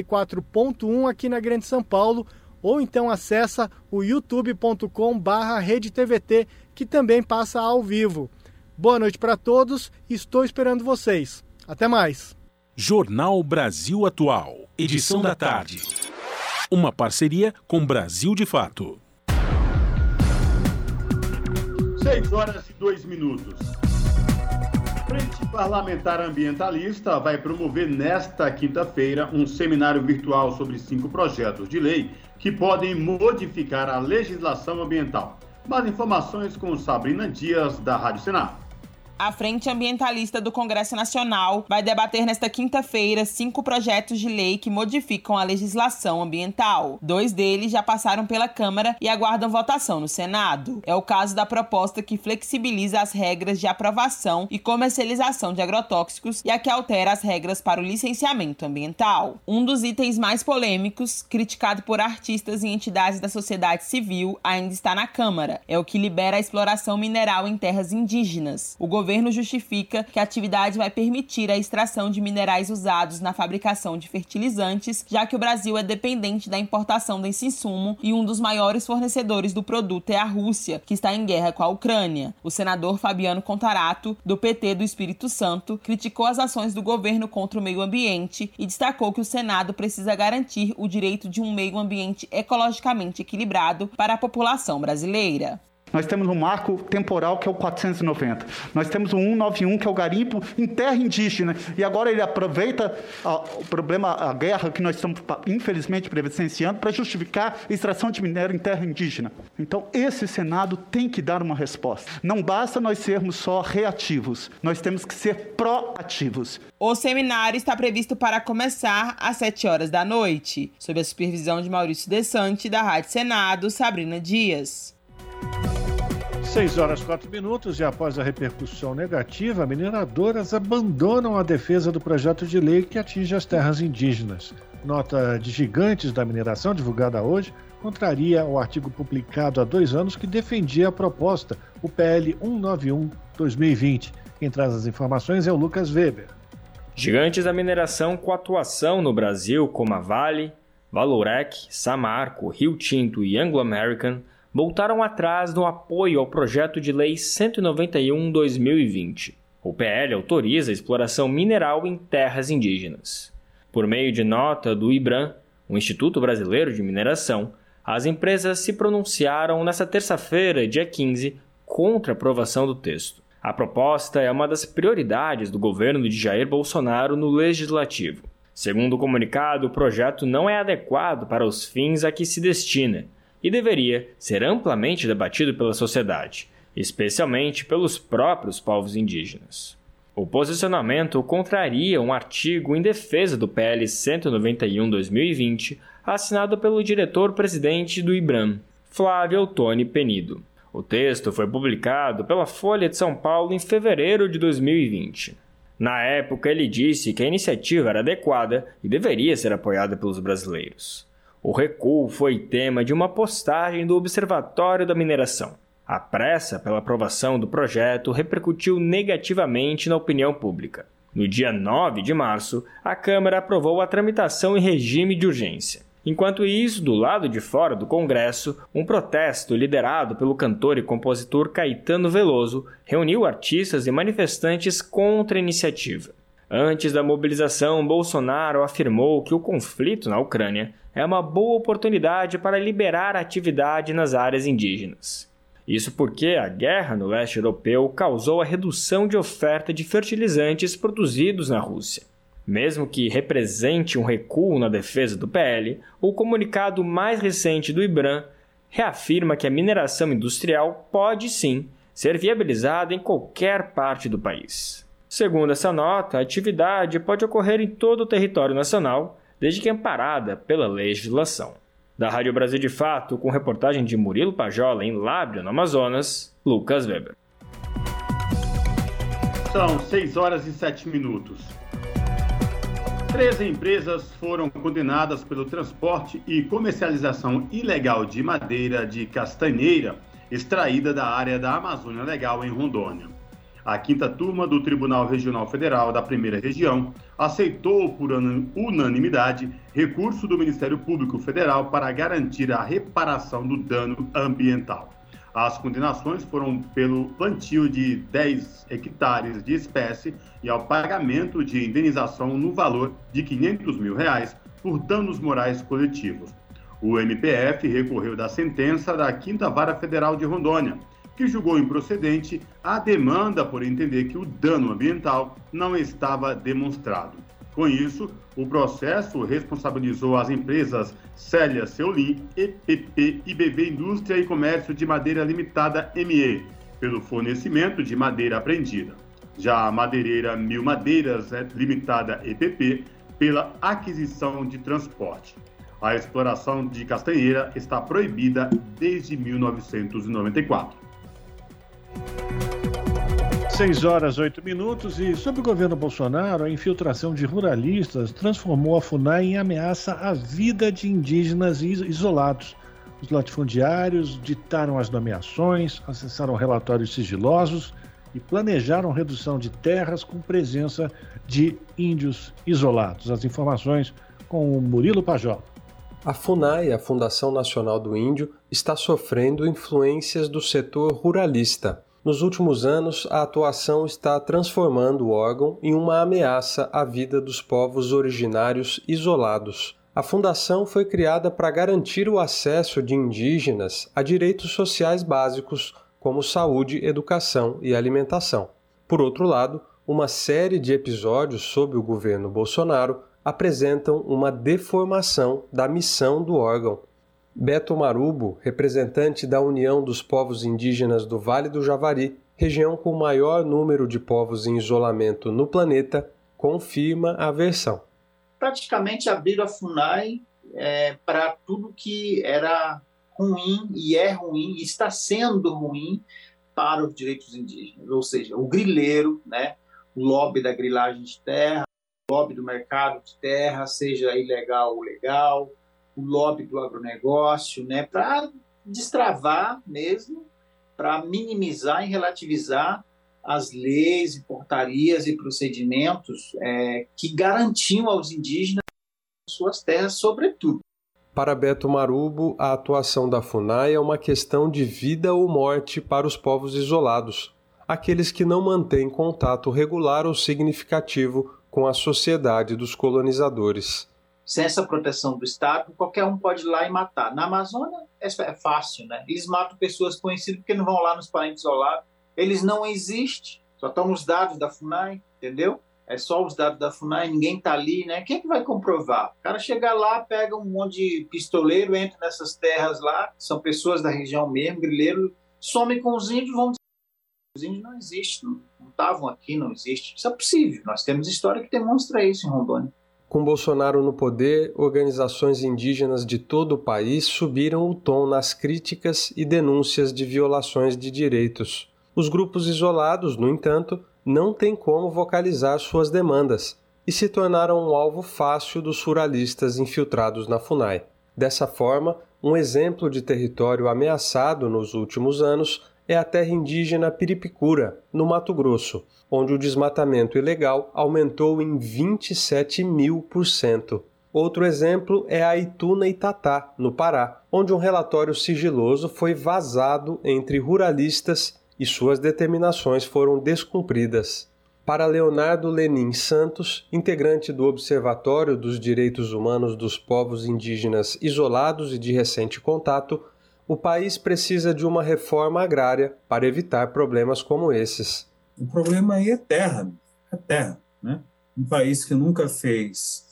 44.1 aqui na Grande São Paulo, ou então acessa o youtube.com/RedeTVT, que também passa ao vivo. Boa noite para todos, estou esperando vocês. Até mais. Jornal Brasil Atual, edição da tarde. Uma parceria com Brasil de Fato. 6h02. Frente Parlamentar Ambientalista vai promover nesta quinta-feira um seminário virtual sobre 5 projetos de lei que podem modificar a legislação ambiental. Mais informações com Sabrina Dias, da Rádio Senado. A Frente Ambientalista do Congresso Nacional vai debater nesta quinta-feira 5 projetos de lei que modificam a legislação ambiental. 2 deles já passaram pela Câmara e aguardam votação no Senado. É o caso da proposta que flexibiliza as regras de aprovação e comercialização de agrotóxicos e a que altera as regras para o licenciamento ambiental. Um dos itens mais polêmicos, criticado por artistas e entidades da sociedade civil, ainda está na Câmara. É o que libera a exploração mineral em terras indígenas. O governo governo justifica que a atividade vai permitir a extração de minerais usados na fabricação de fertilizantes, já que o Brasil é dependente da importação desse insumo e um dos maiores fornecedores do produto é a Rússia, que está em guerra com a Ucrânia. O senador Fabiano Contarato, do PT do Espírito Santo, criticou as ações do governo contra o meio ambiente e destacou que o Senado precisa garantir o direito de um meio ambiente ecologicamente equilibrado para a população brasileira. Nós temos um marco temporal que é o 490. Nós temos o 191, que é o garimpo em terra indígena. E agora ele aproveita o problema, a guerra que nós estamos, infelizmente, presenciando para justificar a extração de minério em terra indígena. Então, esse Senado tem que dar uma resposta. Não basta nós sermos só reativos. Nós temos que ser proativos. O seminário está previsto para começar às 7 horas da noite, sob a supervisão de Maurício Desante, da Rádio Senado, Sabrina Dias. 6 horas 4 minutos e após a repercussão negativa, mineradoras abandonam a defesa do projeto de lei que atinge as terras indígenas. Nota de gigantes da mineração, divulgada hoje, contraria o artigo publicado há 2 anos que defendia a proposta, o PL 191/2020. Quem traz as informações é o Lucas Weber. Gigantes da mineração com atuação no Brasil, como a Vale, Vallourec, Samarco, Rio Tinto e Anglo American, voltaram atrás no apoio ao projeto de lei 191/2020. O PL autoriza a exploração mineral em terras indígenas. Por meio de nota do IBRAM, o Instituto Brasileiro de Mineração, as empresas se pronunciaram nesta terça-feira, dia 15, contra a aprovação do texto. A proposta é uma das prioridades do governo de Jair Bolsonaro no Legislativo. Segundo o comunicado, o projeto não é adequado para os fins a que se destina e deveria ser amplamente debatido pela sociedade, especialmente pelos próprios povos indígenas. O posicionamento contraria um artigo em defesa do PL 191/2020, assinado pelo diretor-presidente do IBRAM, Flávio Ottoni Penido. O texto foi publicado pela Folha de São Paulo em fevereiro de 2020. Na época, ele disse que a iniciativa era adequada e deveria ser apoiada pelos brasileiros. O recuo foi tema de uma postagem do Observatório da Mineração. A pressa pela aprovação do projeto repercutiu negativamente na opinião pública. No dia 9 de março, a Câmara aprovou a tramitação em regime de urgência. Enquanto isso, do lado de fora do Congresso, um protesto liderado pelo cantor e compositor Caetano Veloso reuniu artistas e manifestantes contra a iniciativa. Antes da mobilização, Bolsonaro afirmou que o conflito na Ucrânia é uma boa oportunidade para liberar a atividade nas áreas indígenas. Isso porque a guerra no leste europeu causou a redução de oferta de fertilizantes produzidos na Rússia. Mesmo que represente um recuo na defesa do PL, o comunicado mais recente do IBRAM reafirma que a mineração industrial pode sim ser viabilizada em qualquer parte do país. Segundo essa nota, a atividade pode ocorrer em todo o território nacional, desde que amparada pela legislação. Da Rádio Brasil de Fato, com reportagem de Murilo Pajola em Lábrea, no Amazonas, Lucas Weber. São 6 horas e 7 minutos. 13 empresas foram condenadas pelo transporte e comercialização ilegal de madeira de castanheira extraída da área da Amazônia Legal em Rondônia. A 5ª turma do Tribunal Regional Federal da Primeira Região aceitou por unanimidade recurso do Ministério Público Federal para garantir a reparação do dano ambiental. As condenações foram pelo plantio de 10 hectares de espécie e ao pagamento de indenização no valor de R$ 500 mil por danos morais coletivos. O MPF recorreu da sentença da 5ª Vara Federal de Rondônia, que julgou improcedente a demanda por entender que o dano ambiental não estava demonstrado. Com isso, o processo responsabilizou as empresas Célia Seolim, EPP e BV Indústria e Comércio de Madeira Limitada ME, pelo fornecimento de madeira apreendida. Já a madeireira Mil Madeiras Limitada EPP, pela aquisição de transporte. A exploração de castanheira está proibida desde 1994. 6 horas, 8 minutos e, sob o governo Bolsonaro, a infiltração de ruralistas transformou a FUNAI em ameaça à vida de indígenas isolados. Os latifundiários ditaram as nomeações, acessaram relatórios sigilosos e planejaram redução de terras com presença de índios isolados. As informações com o Murilo Pajó. A FUNAI, a Fundação Nacional do Índio, está sofrendo influências do setor ruralista. Nos últimos anos, a atuação está transformando o órgão em uma ameaça à vida dos povos originários isolados. A fundação foi criada para garantir o acesso de indígenas a direitos sociais básicos, como saúde, educação e alimentação. Por outro lado, uma série de episódios sob o governo Bolsonaro apresentam uma deformação da missão do órgão. Beto Marubo, representante da União dos Povos Indígenas do Vale do Javari, região com o maior número de povos em isolamento no planeta, confirma a versão. Praticamente abriram a FUNAI para tudo que era ruim e é ruim e está sendo ruim para os direitos indígenas, ou seja, o grileiro, né, o lobby da grilagem de terra, o lobby do mercado de terra, seja ilegal ou legal, o lobby do agronegócio, né, para destravar mesmo, para minimizar e relativizar as leis e portarias e procedimentos que garantiam aos indígenas suas terras, sobretudo. Para Beto Marubo, a atuação da FUNAI é uma questão de vida ou morte para os povos isolados, aqueles que não mantêm contato regular ou significativo com a sociedade dos colonizadores. Sem essa proteção do Estado, qualquer um pode ir lá e matar. Na Amazônia é fácil, né? Eles matam pessoas conhecidas porque não vão lá nos parentes isolados. Eles não existem, só estão nos dados da FUNAI, entendeu? É só os dados da FUNAI, ninguém está ali, né? Quem é que vai comprovar? O cara chega lá, pega um monte de pistoleiro, entra nessas terras lá, são pessoas da região mesmo, grileiro, some com os índios, vão dizer que os índios não existem, não estavam aqui, não existem. Isso é possível, nós temos história que demonstra isso em Rondônia. Com Bolsonaro no poder, organizações indígenas de todo o país subiram o tom nas críticas e denúncias de violações de direitos. Os grupos isolados, no entanto, não têm como vocalizar suas demandas e se tornaram um alvo fácil dos ruralistas infiltrados na FUNAI. Dessa forma, um exemplo de território ameaçado nos últimos anos é a terra indígena Piripicura, no Mato Grosso, onde o desmatamento ilegal aumentou em 27.000%. Outro exemplo é a Ituna Itatá, no Pará, onde um relatório sigiloso foi vazado entre ruralistas e suas determinações foram descumpridas. Para Leonardo Lenin Santos, integrante do Observatório dos Direitos Humanos dos Povos Indígenas Isolados e de Recente Contato, o país precisa de uma reforma agrária para evitar problemas como esses. O problema aí é terra, né? Um país que nunca fez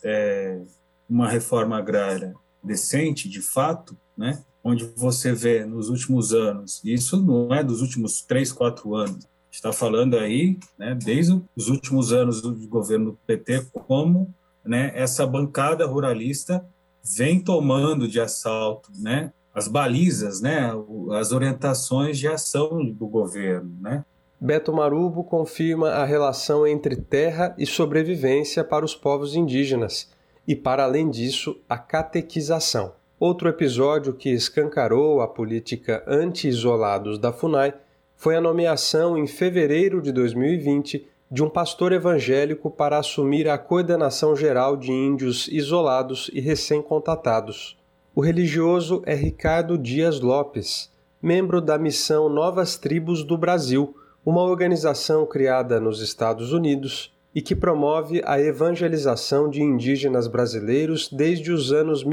uma reforma agrária decente, de fato, né? Onde você vê nos últimos anos, isso não é dos últimos 3, 4 anos, está falando aí, né, desde os últimos anos do governo do PT, como, né, essa bancada ruralista vem tomando de assalto, né, as balizas, né, as orientações de ação do governo, né. Beto Marubo confirma a relação entre terra e sobrevivência para os povos indígenas e, para além disso, a catequização. Outro episódio que escancarou a política anti-isolados da FUNAI foi a nomeação em fevereiro de 2020 de um pastor evangélico para assumir a coordenação geral de índios isolados e recém-contatados. O religioso é Ricardo Dias Lopes, membro da missão Novas Tribos do Brasil, uma organização criada nos Estados Unidos e que promove a evangelização de indígenas brasileiros desde os anos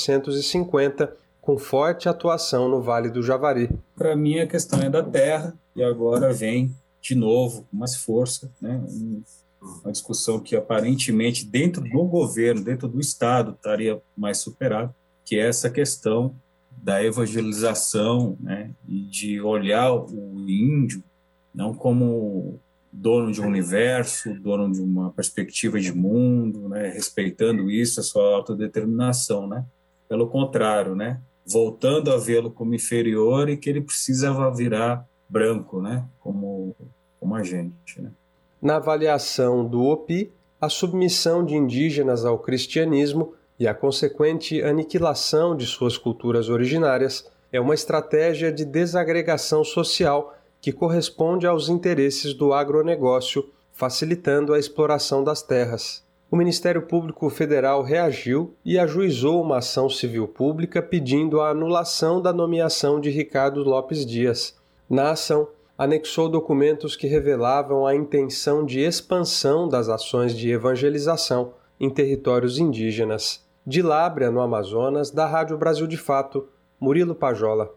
1950, com forte atuação no Vale do Javari. Para mim, a questão é da terra, e agora vem de novo com mais força, né? Uma discussão que aparentemente dentro do governo, dentro do Estado, estaria mais superada, que é essa questão da evangelização, né? E de olhar o índio não como dono de um universo, dono de uma perspectiva de mundo, né, respeitando isso, a sua autodeterminação, né? Pelo contrário, né, voltando a vê-lo como inferior e que ele precisava virar branco, né, como a gente, né? Na avaliação do OPI, a submissão de indígenas ao cristianismo e a consequente aniquilação de suas culturas originárias é uma estratégia de desagregação social que corresponde aos interesses do agronegócio, facilitando a exploração das terras. O Ministério Público Federal reagiu e ajuizou uma ação civil pública pedindo a anulação da nomeação de Ricardo Lopes Dias. Na ação, anexou documentos que revelavam a intenção de expansão das ações de evangelização em territórios indígenas. De Lábrea, no Amazonas, da Rádio Brasil de Fato, Murilo Pajola.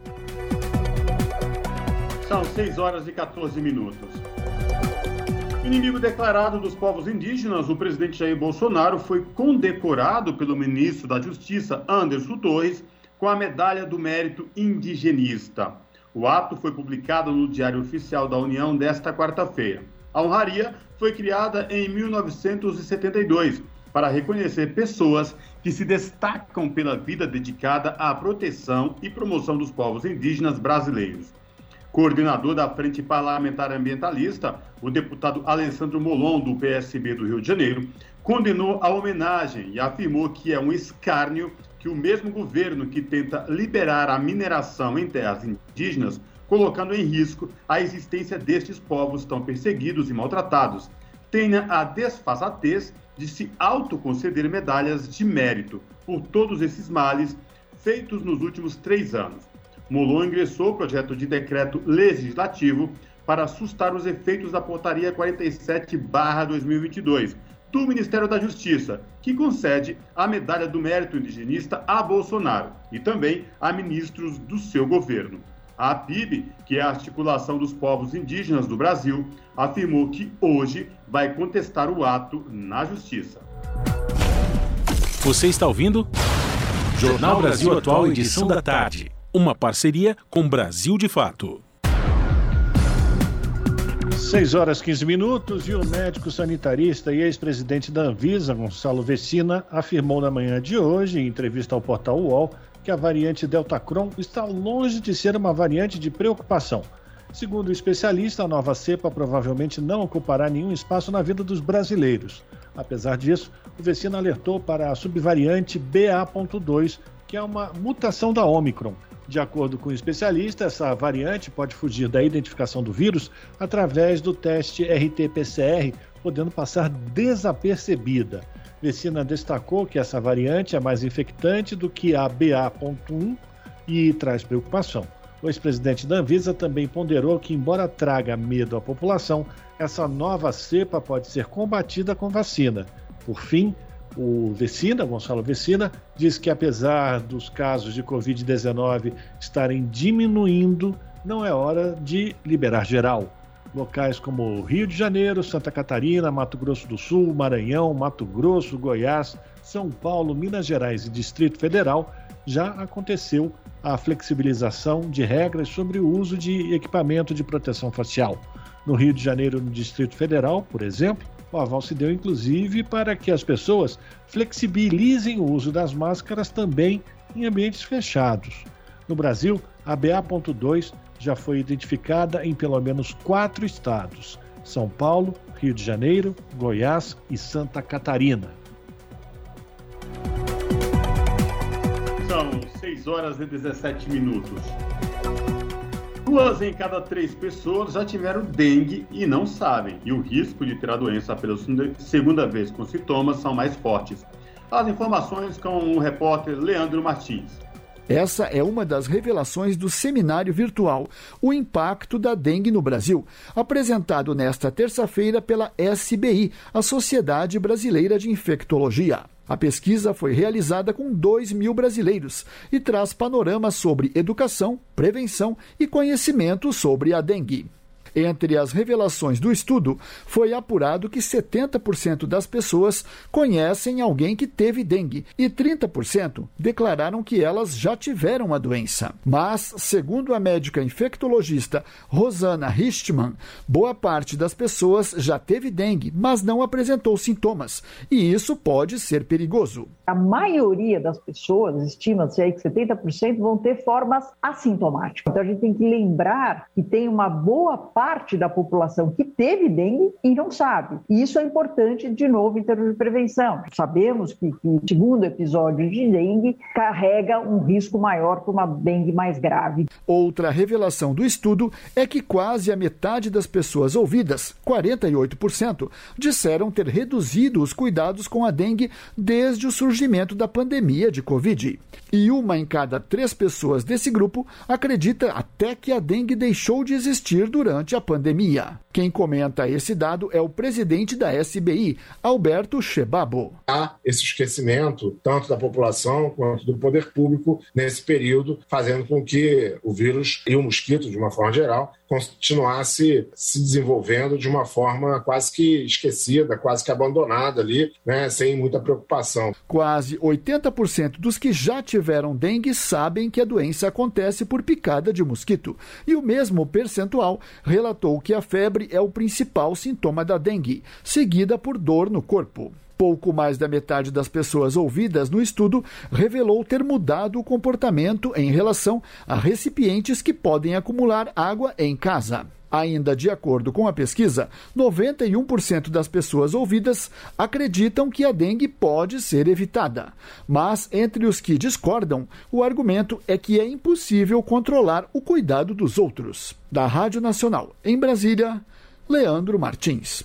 São 6h14. Inimigo declarado dos povos indígenas, o presidente Jair Bolsonaro foi condecorado pelo ministro da Justiça, Anderson Torres, com a Medalha do Mérito Indigenista. O ato foi publicado no Diário Oficial da União desta quarta-feira. A honraria foi criada em 1972 para reconhecer pessoas que se destacam pela vida dedicada à proteção e promoção dos povos indígenas brasileiros. Coordenador da Frente Parlamentar Ambientalista, o deputado Alessandro Molon, do PSB do Rio de Janeiro, condenou a homenagem e afirmou que é um escárnio que o mesmo governo que tenta liberar a mineração em terras indígenas, colocando em risco a existência destes povos tão perseguidos e maltratados, tenha a desfaçatez de se autoconceder medalhas de mérito por todos esses males feitos nos últimos 3 anos. Molon ingressou o projeto de decreto legislativo para assustar os efeitos da portaria 47/2022, do Ministério da Justiça, que concede a Medalha do Mérito Indigenista a Bolsonaro e também a ministros do seu governo. A APIB, que é a Articulação dos Povos Indígenas do Brasil, afirmou que hoje vai contestar o ato na Justiça. Você está ouvindo? Jornal Brasil Atual, edição da tarde. Uma parceria com Brasil de Fato. 6h15 e o médico sanitarista e ex-presidente da Anvisa, Gonçalo Vecina, afirmou na manhã de hoje, em entrevista ao portal UOL, que a variante Deltacron está longe de ser uma variante de preocupação. Segundo o especialista, a nova cepa provavelmente não ocupará nenhum espaço na vida dos brasileiros. Apesar disso, o Vecina alertou para a subvariante BA.2, que é uma mutação da Omicron. De acordo com o especialista, essa variante pode fugir da identificação do vírus através do teste RT-PCR, podendo passar desapercebida. Vecina destacou que essa variante é mais infectante do que a BA.1 e traz preocupação. O ex-presidente da Anvisa também ponderou que, embora traga medo à população, essa nova cepa pode ser combatida com vacina. Por fim, o Vecina, Gonçalo Vecina, diz que apesar dos casos de Covid-19 estarem diminuindo, não é hora de liberar geral. Locais como Rio de Janeiro, Santa Catarina, Mato Grosso do Sul, Maranhão, Mato Grosso, Goiás, São Paulo, Minas Gerais e Distrito Federal já aconteceu a flexibilização de regras sobre o uso de equipamento de proteção facial. No Rio de Janeiro, no Distrito Federal, por exemplo, o aval se deu inclusive para que as pessoas flexibilizem o uso das máscaras também em ambientes fechados. No Brasil, a BA.2 já foi identificada em pelo menos 4 estados: São Paulo, Rio de Janeiro, Goiás e Santa Catarina. São 6h17. 2 em cada 3 pessoas já tiveram dengue e não sabem, e o risco de ter a doença pela segunda vez com sintomas são mais fortes. As informações com o repórter Leandro Martins. Essa é uma das revelações do seminário virtual, O Impacto da Dengue no Brasil, apresentado nesta terça-feira pela SBI, a Sociedade Brasileira de Infectologia. A pesquisa foi realizada com 2.000 brasileiros e traz panoramas sobre educação, prevenção e conhecimento sobre a dengue. Entre as revelações do estudo, foi apurado que 70% das pessoas conhecem alguém que teve dengue e 30% declararam que elas já tiveram a doença. Mas, segundo a médica infectologista Rosana Richtmann, boa parte das pessoas já teve dengue, mas não apresentou sintomas, e isso pode ser perigoso. A maioria das pessoas, estima-se aí que 70%, vão ter formas assintomáticas. Então a gente tem que lembrar que tem uma boa parte parte da população que teve dengue e não sabe. E isso é importante, de novo, em termos de prevenção. Sabemos que o segundo episódio de dengue carrega um risco maior para uma dengue mais grave. Outra revelação do estudo é que quase a metade das pessoas ouvidas, 48%, disseram ter reduzido os cuidados com a dengue desde o surgimento da pandemia de Covid. E 1 em cada 3 pessoas desse grupo acredita até que a dengue deixou de existir durante a pandemia. Quem comenta esse dado é o presidente da SBI, Alberto Chebabo. Há esse esquecimento, tanto da população quanto do poder público, nesse período, fazendo com que o vírus e o mosquito, de uma forma geral, continuasse se desenvolvendo de uma forma quase que esquecida, quase que abandonada ali, né, sem muita preocupação. Quase 80% dos que já tiveram dengue sabem que a doença acontece por picada de mosquito. E o mesmo percentual relatou que a febre é o principal sintoma da dengue, seguida por dor no corpo. Pouco mais da metade das pessoas ouvidas no estudo revelou ter mudado o comportamento em relação a recipientes que podem acumular água em casa. Ainda de acordo com a pesquisa, 91% das pessoas ouvidas acreditam que a dengue pode ser evitada. Mas, entre os que discordam, o argumento é que é impossível controlar o cuidado dos outros. Da Rádio Nacional, em Brasília, Leandro Martins.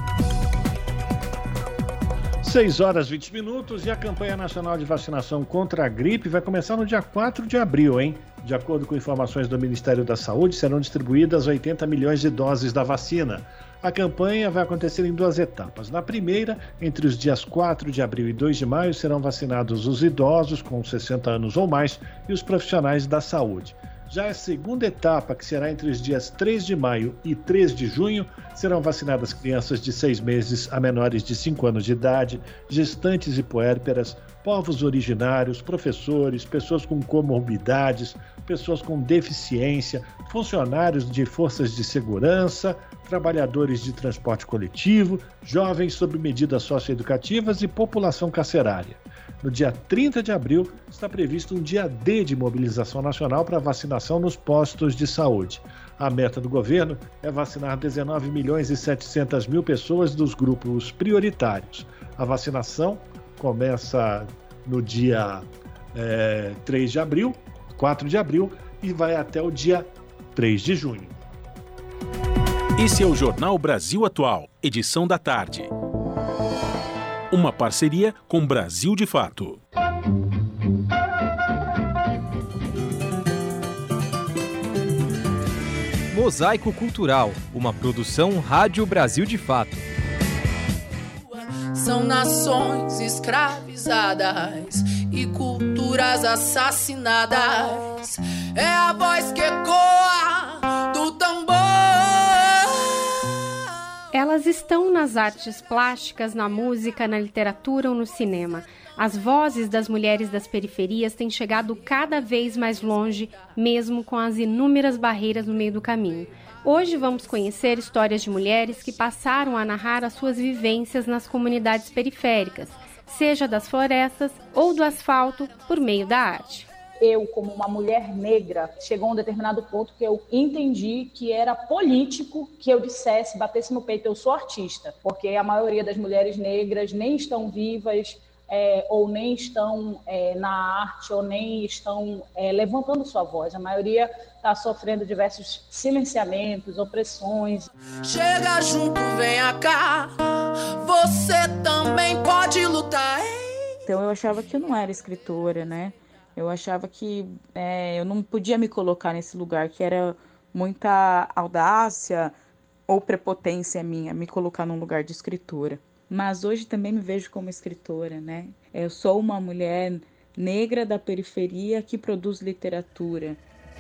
6 horas e 20 minutos e a campanha nacional de vacinação contra a gripe vai começar no dia 4 de abril, hein? De acordo com informações do Ministério da Saúde, serão distribuídas 80 milhões de doses da vacina. A campanha vai acontecer em 2 etapas. Na primeira, entre os dias 4 de abril e 2 de maio, serão vacinados os idosos com 60 anos ou mais e os profissionais da saúde. Já a segunda etapa, que será entre os dias 3 de maio e 3 de junho, serão vacinadas crianças de 6 meses a menores de 5 anos de idade, gestantes e puérperas, povos originários, professores, pessoas com comorbidades, pessoas com deficiência, funcionários de forças de segurança, trabalhadores de transporte coletivo, jovens sob medidas socioeducativas e população carcerária. No dia 30 de abril, está previsto um dia D de mobilização nacional para vacinação nos postos de saúde. A meta do governo é vacinar 19 milhões e 700 mil pessoas dos grupos prioritários. A vacinação começa no dia 3 de abril, 4 de abril e vai até o dia 3 de junho. Esse é o Jornal Brasil Atual, edição da tarde. Uma parceria com Brasil de Fato. Mosaico Cultural, uma produção Rádio Brasil de Fato. São nações escravizadas e culturas assassinadas. É a voz que ecoa do tambor. Elas estão nas artes plásticas, na música, na literatura ou no cinema. As vozes das mulheres das periferias têm chegado cada vez mais longe, mesmo com as inúmeras barreiras no meio do caminho. Hoje vamos conhecer histórias de mulheres que passaram a narrar as suas vivências nas comunidades periféricas, seja das florestas ou do asfalto, por meio da arte. Eu, como uma mulher negra, chegou a um determinado ponto que eu entendi que era político que eu dissesse, batesse no peito, eu sou artista, porque a maioria das mulheres negras nem estão vivas, ou nem estão na arte, ou nem estão levantando sua voz. A maioria está sofrendo diversos silenciamentos, opressões. Chega junto, venha cá, você também pode lutar. Então eu achava que eu não era escritora, né? Eu achava que eu não podia me colocar nesse lugar, que era muita audácia ou prepotência minha, me colocar num lugar de escritora. Mas hoje também me vejo como escritora, né? Eu sou uma mulher negra da periferia que produz literatura.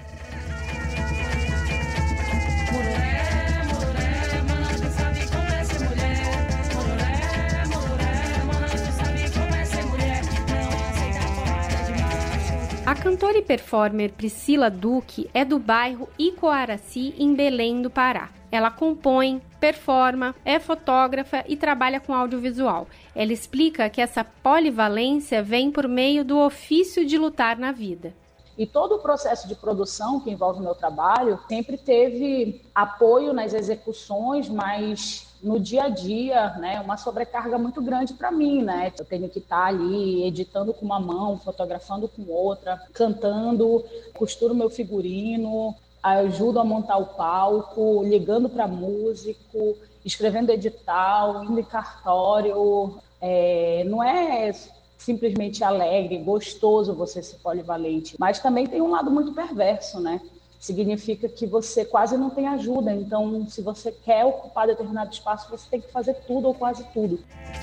A cantora e performer Priscila Duque é do bairro Icoaraci, em Belém do Pará. Ela compõe, performa, é fotógrafa e trabalha com audiovisual. Ela explica que essa polivalência vem por meio do ofício de lutar na vida. E todo o processo de produção que envolve o meu trabalho sempre teve apoio nas execuções, mas no dia a dia, né, uma sobrecarga muito grande para mim, né? Eu tenho que estar ali editando com uma mão, fotografando com outra, cantando, costuro meu figurino, ajudo a montar o palco, ligando para músico, escrevendo edital, indo em cartório. Não é simplesmente alegre, gostoso você ser polivalente, mas também tem um lado muito perverso, né? Significa que você quase não tem ajuda. Então, se você quer ocupar determinado espaço, você tem que fazer tudo ou quase tudo.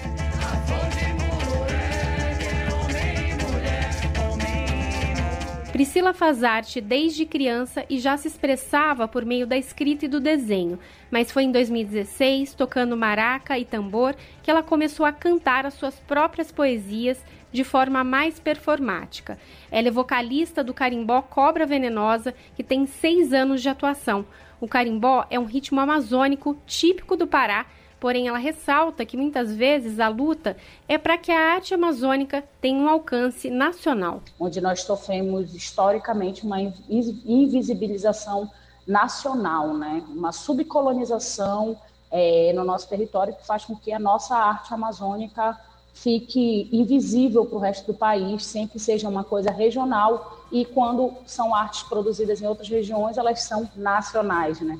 Priscila faz arte desde criança e já se expressava por meio da escrita e do desenho, mas foi em 2016, tocando maraca e tambor, que ela começou a cantar as suas próprias poesias de forma mais performática. Ela é vocalista do carimbó Cobra Venenosa, que tem 6 anos de atuação. O carimbó é um ritmo amazônico típico do Pará, porém ela ressalta que muitas vezes a luta é para que a arte amazônica tenha um alcance nacional. Onde nós sofremos historicamente uma invisibilização nacional, né? Uma subcolonização no nosso território que faz com que a nossa arte amazônica fique invisível para o resto do país, sempre seja uma coisa regional, e quando são artes produzidas em outras regiões, elas são nacionais, né?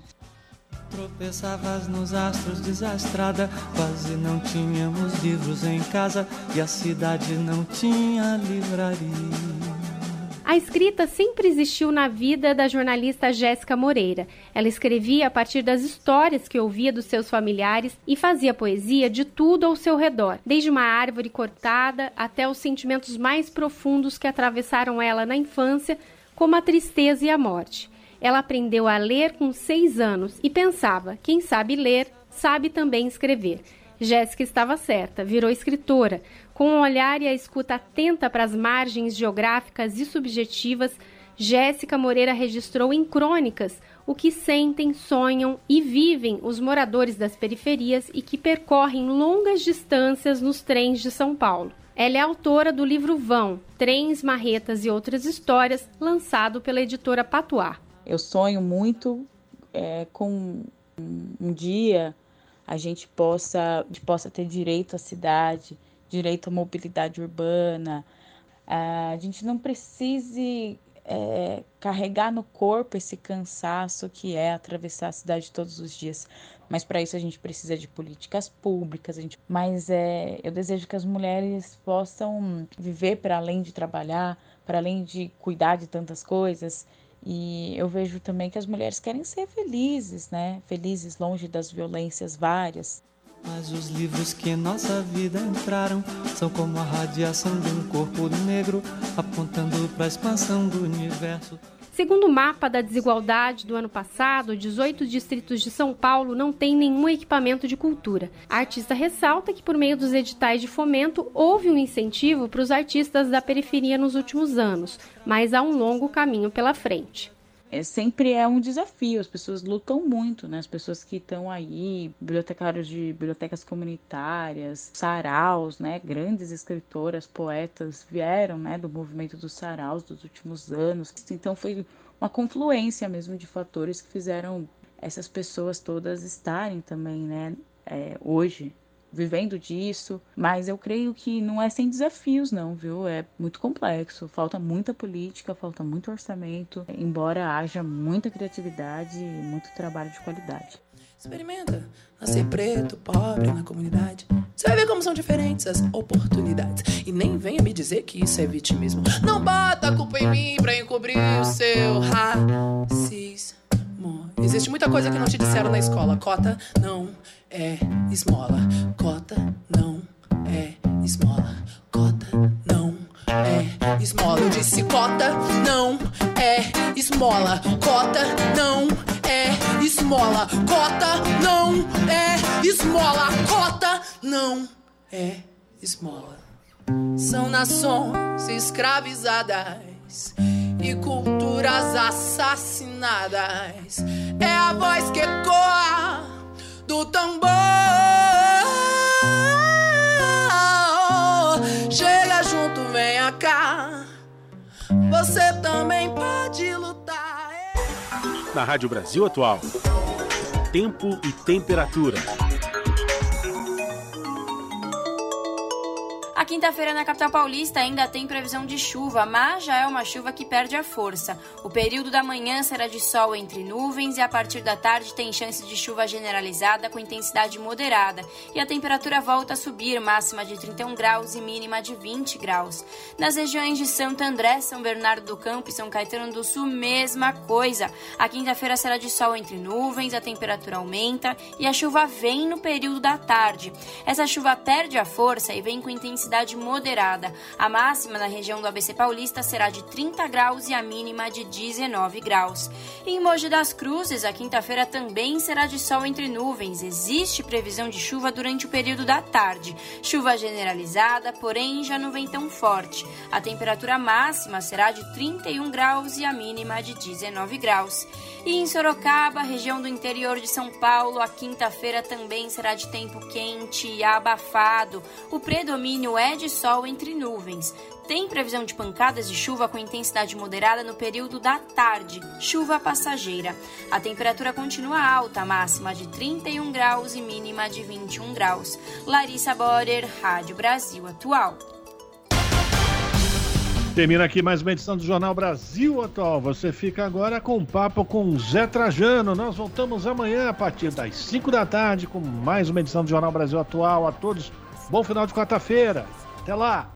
Tropeçavas nos astros desastrada, quase não tínhamos livros em casa e a cidade não tinha livraria. A escrita sempre existiu na vida da jornalista Jéssica Moreira. Ela escrevia a partir das histórias que ouvia dos seus familiares e fazia poesia de tudo ao seu redor, desde uma árvore cortada até os sentimentos mais profundos que atravessaram ela na infância, como a tristeza e a morte. Ela aprendeu a ler com 6 anos e pensava, quem sabe ler, sabe também escrever. Jéssica estava certa, virou escritora. Com o olhar e a escuta atenta para as margens geográficas e subjetivas, Jéssica Moreira registrou em crônicas o que sentem, sonham e vivem os moradores das periferias e que percorrem longas distâncias nos trens de São Paulo. Ela é autora do livro Vão, Trens, Marretas e Outras Histórias, lançado pela editora Patuá. Eu sonho muito com um dia a gente possa ter direito à cidade, direito à mobilidade urbana, a gente não precise carregar no corpo esse cansaço que é atravessar a cidade todos os dias. Mas para isso a gente precisa de políticas públicas. Mas eu desejo que as mulheres possam viver para além de trabalhar, para além de cuidar de tantas coisas. E eu vejo também que as mulheres querem ser felizes, né? Felizes longe das violências várias. Mas os livros que em nossa vida entraram são como a radiação de um corpo negro apontando para a expansão do universo. Segundo o mapa da desigualdade do ano passado, 18 distritos de São Paulo não têm nenhum equipamento de cultura. A artista ressalta que, por meio dos editais de fomento, houve um incentivo para os artistas da periferia nos últimos anos, mas há um longo caminho pela frente. Sempre é um desafio, as pessoas lutam muito, né? As pessoas que estão aí, bibliotecários de bibliotecas comunitárias, saraus, né? Grandes escritoras, poetas vieram, né, do movimento dos saraus dos últimos anos. Então foi uma confluência mesmo de fatores que fizeram essas pessoas todas estarem também, né, hoje vivendo disso, mas eu creio que não é sem desafios não, viu? É muito complexo, falta muita política, falta muito orçamento, embora haja muita criatividade e muito trabalho de qualidade. Experimenta nascer preto, pobre na comunidade. Você vai ver como são diferentes as oportunidades. E nem venha me dizer que isso é vitimismo. Não bota a culpa em mim pra encobrir o seu racismo. Existe muita coisa que não te disseram na escola. Cota não é esmola. Cota não é esmola. Cota não é esmola. Eu disse cota não é esmola. Cota não é esmola. Cota não é esmola. Cota não é esmola. São nações escravizadas e culturas assassinadas. É a voz que ecoa do tambor. Chega junto, venha cá. você também pode lutar. Na Rádio Brasil Atual, tempo e temperatura. A quinta-feira na capital paulista ainda tem previsão de chuva, mas já é uma chuva que perde a força. O período da manhã será de sol entre nuvens e a partir da tarde tem chance de chuva generalizada com intensidade moderada. E a temperatura volta a subir, máxima de 31 graus e mínima de 20 graus. Nas regiões de Santo André, São Bernardo do Campo e São Caetano do Sul, mesma coisa. A quinta-feira será de sol entre nuvens, a temperatura aumenta e a chuva vem no período da tarde. Essa chuva perde a força e vem com intensidade moderada. A máxima na região do ABC Paulista será de 30 graus e a mínima de 19 graus. Em Mogi das Cruzes, a quinta-feira também será de sol entre nuvens. Existe previsão de chuva durante o período da tarde. Chuva generalizada, porém já não vem tão forte. A temperatura máxima será de 31 graus e a mínima de 19 graus. E em Sorocaba, região do interior de São Paulo, a quinta-feira também será de tempo quente e abafado. O predomínio é de sol entre nuvens. Tem previsão de pancadas de chuva com intensidade moderada no período da tarde, chuva passageira. A temperatura continua alta, máxima de 31 graus e mínima de 21 graus. Larissa Borer, Rádio Brasil Atual. Termina aqui mais uma edição do Jornal Brasil Atual. Você fica agora com um papo com Zé Trajano. Nós voltamos amanhã a partir das 5 da tarde com mais uma edição do Jornal Brasil Atual. A todos, bom final de quarta-feira. Até lá!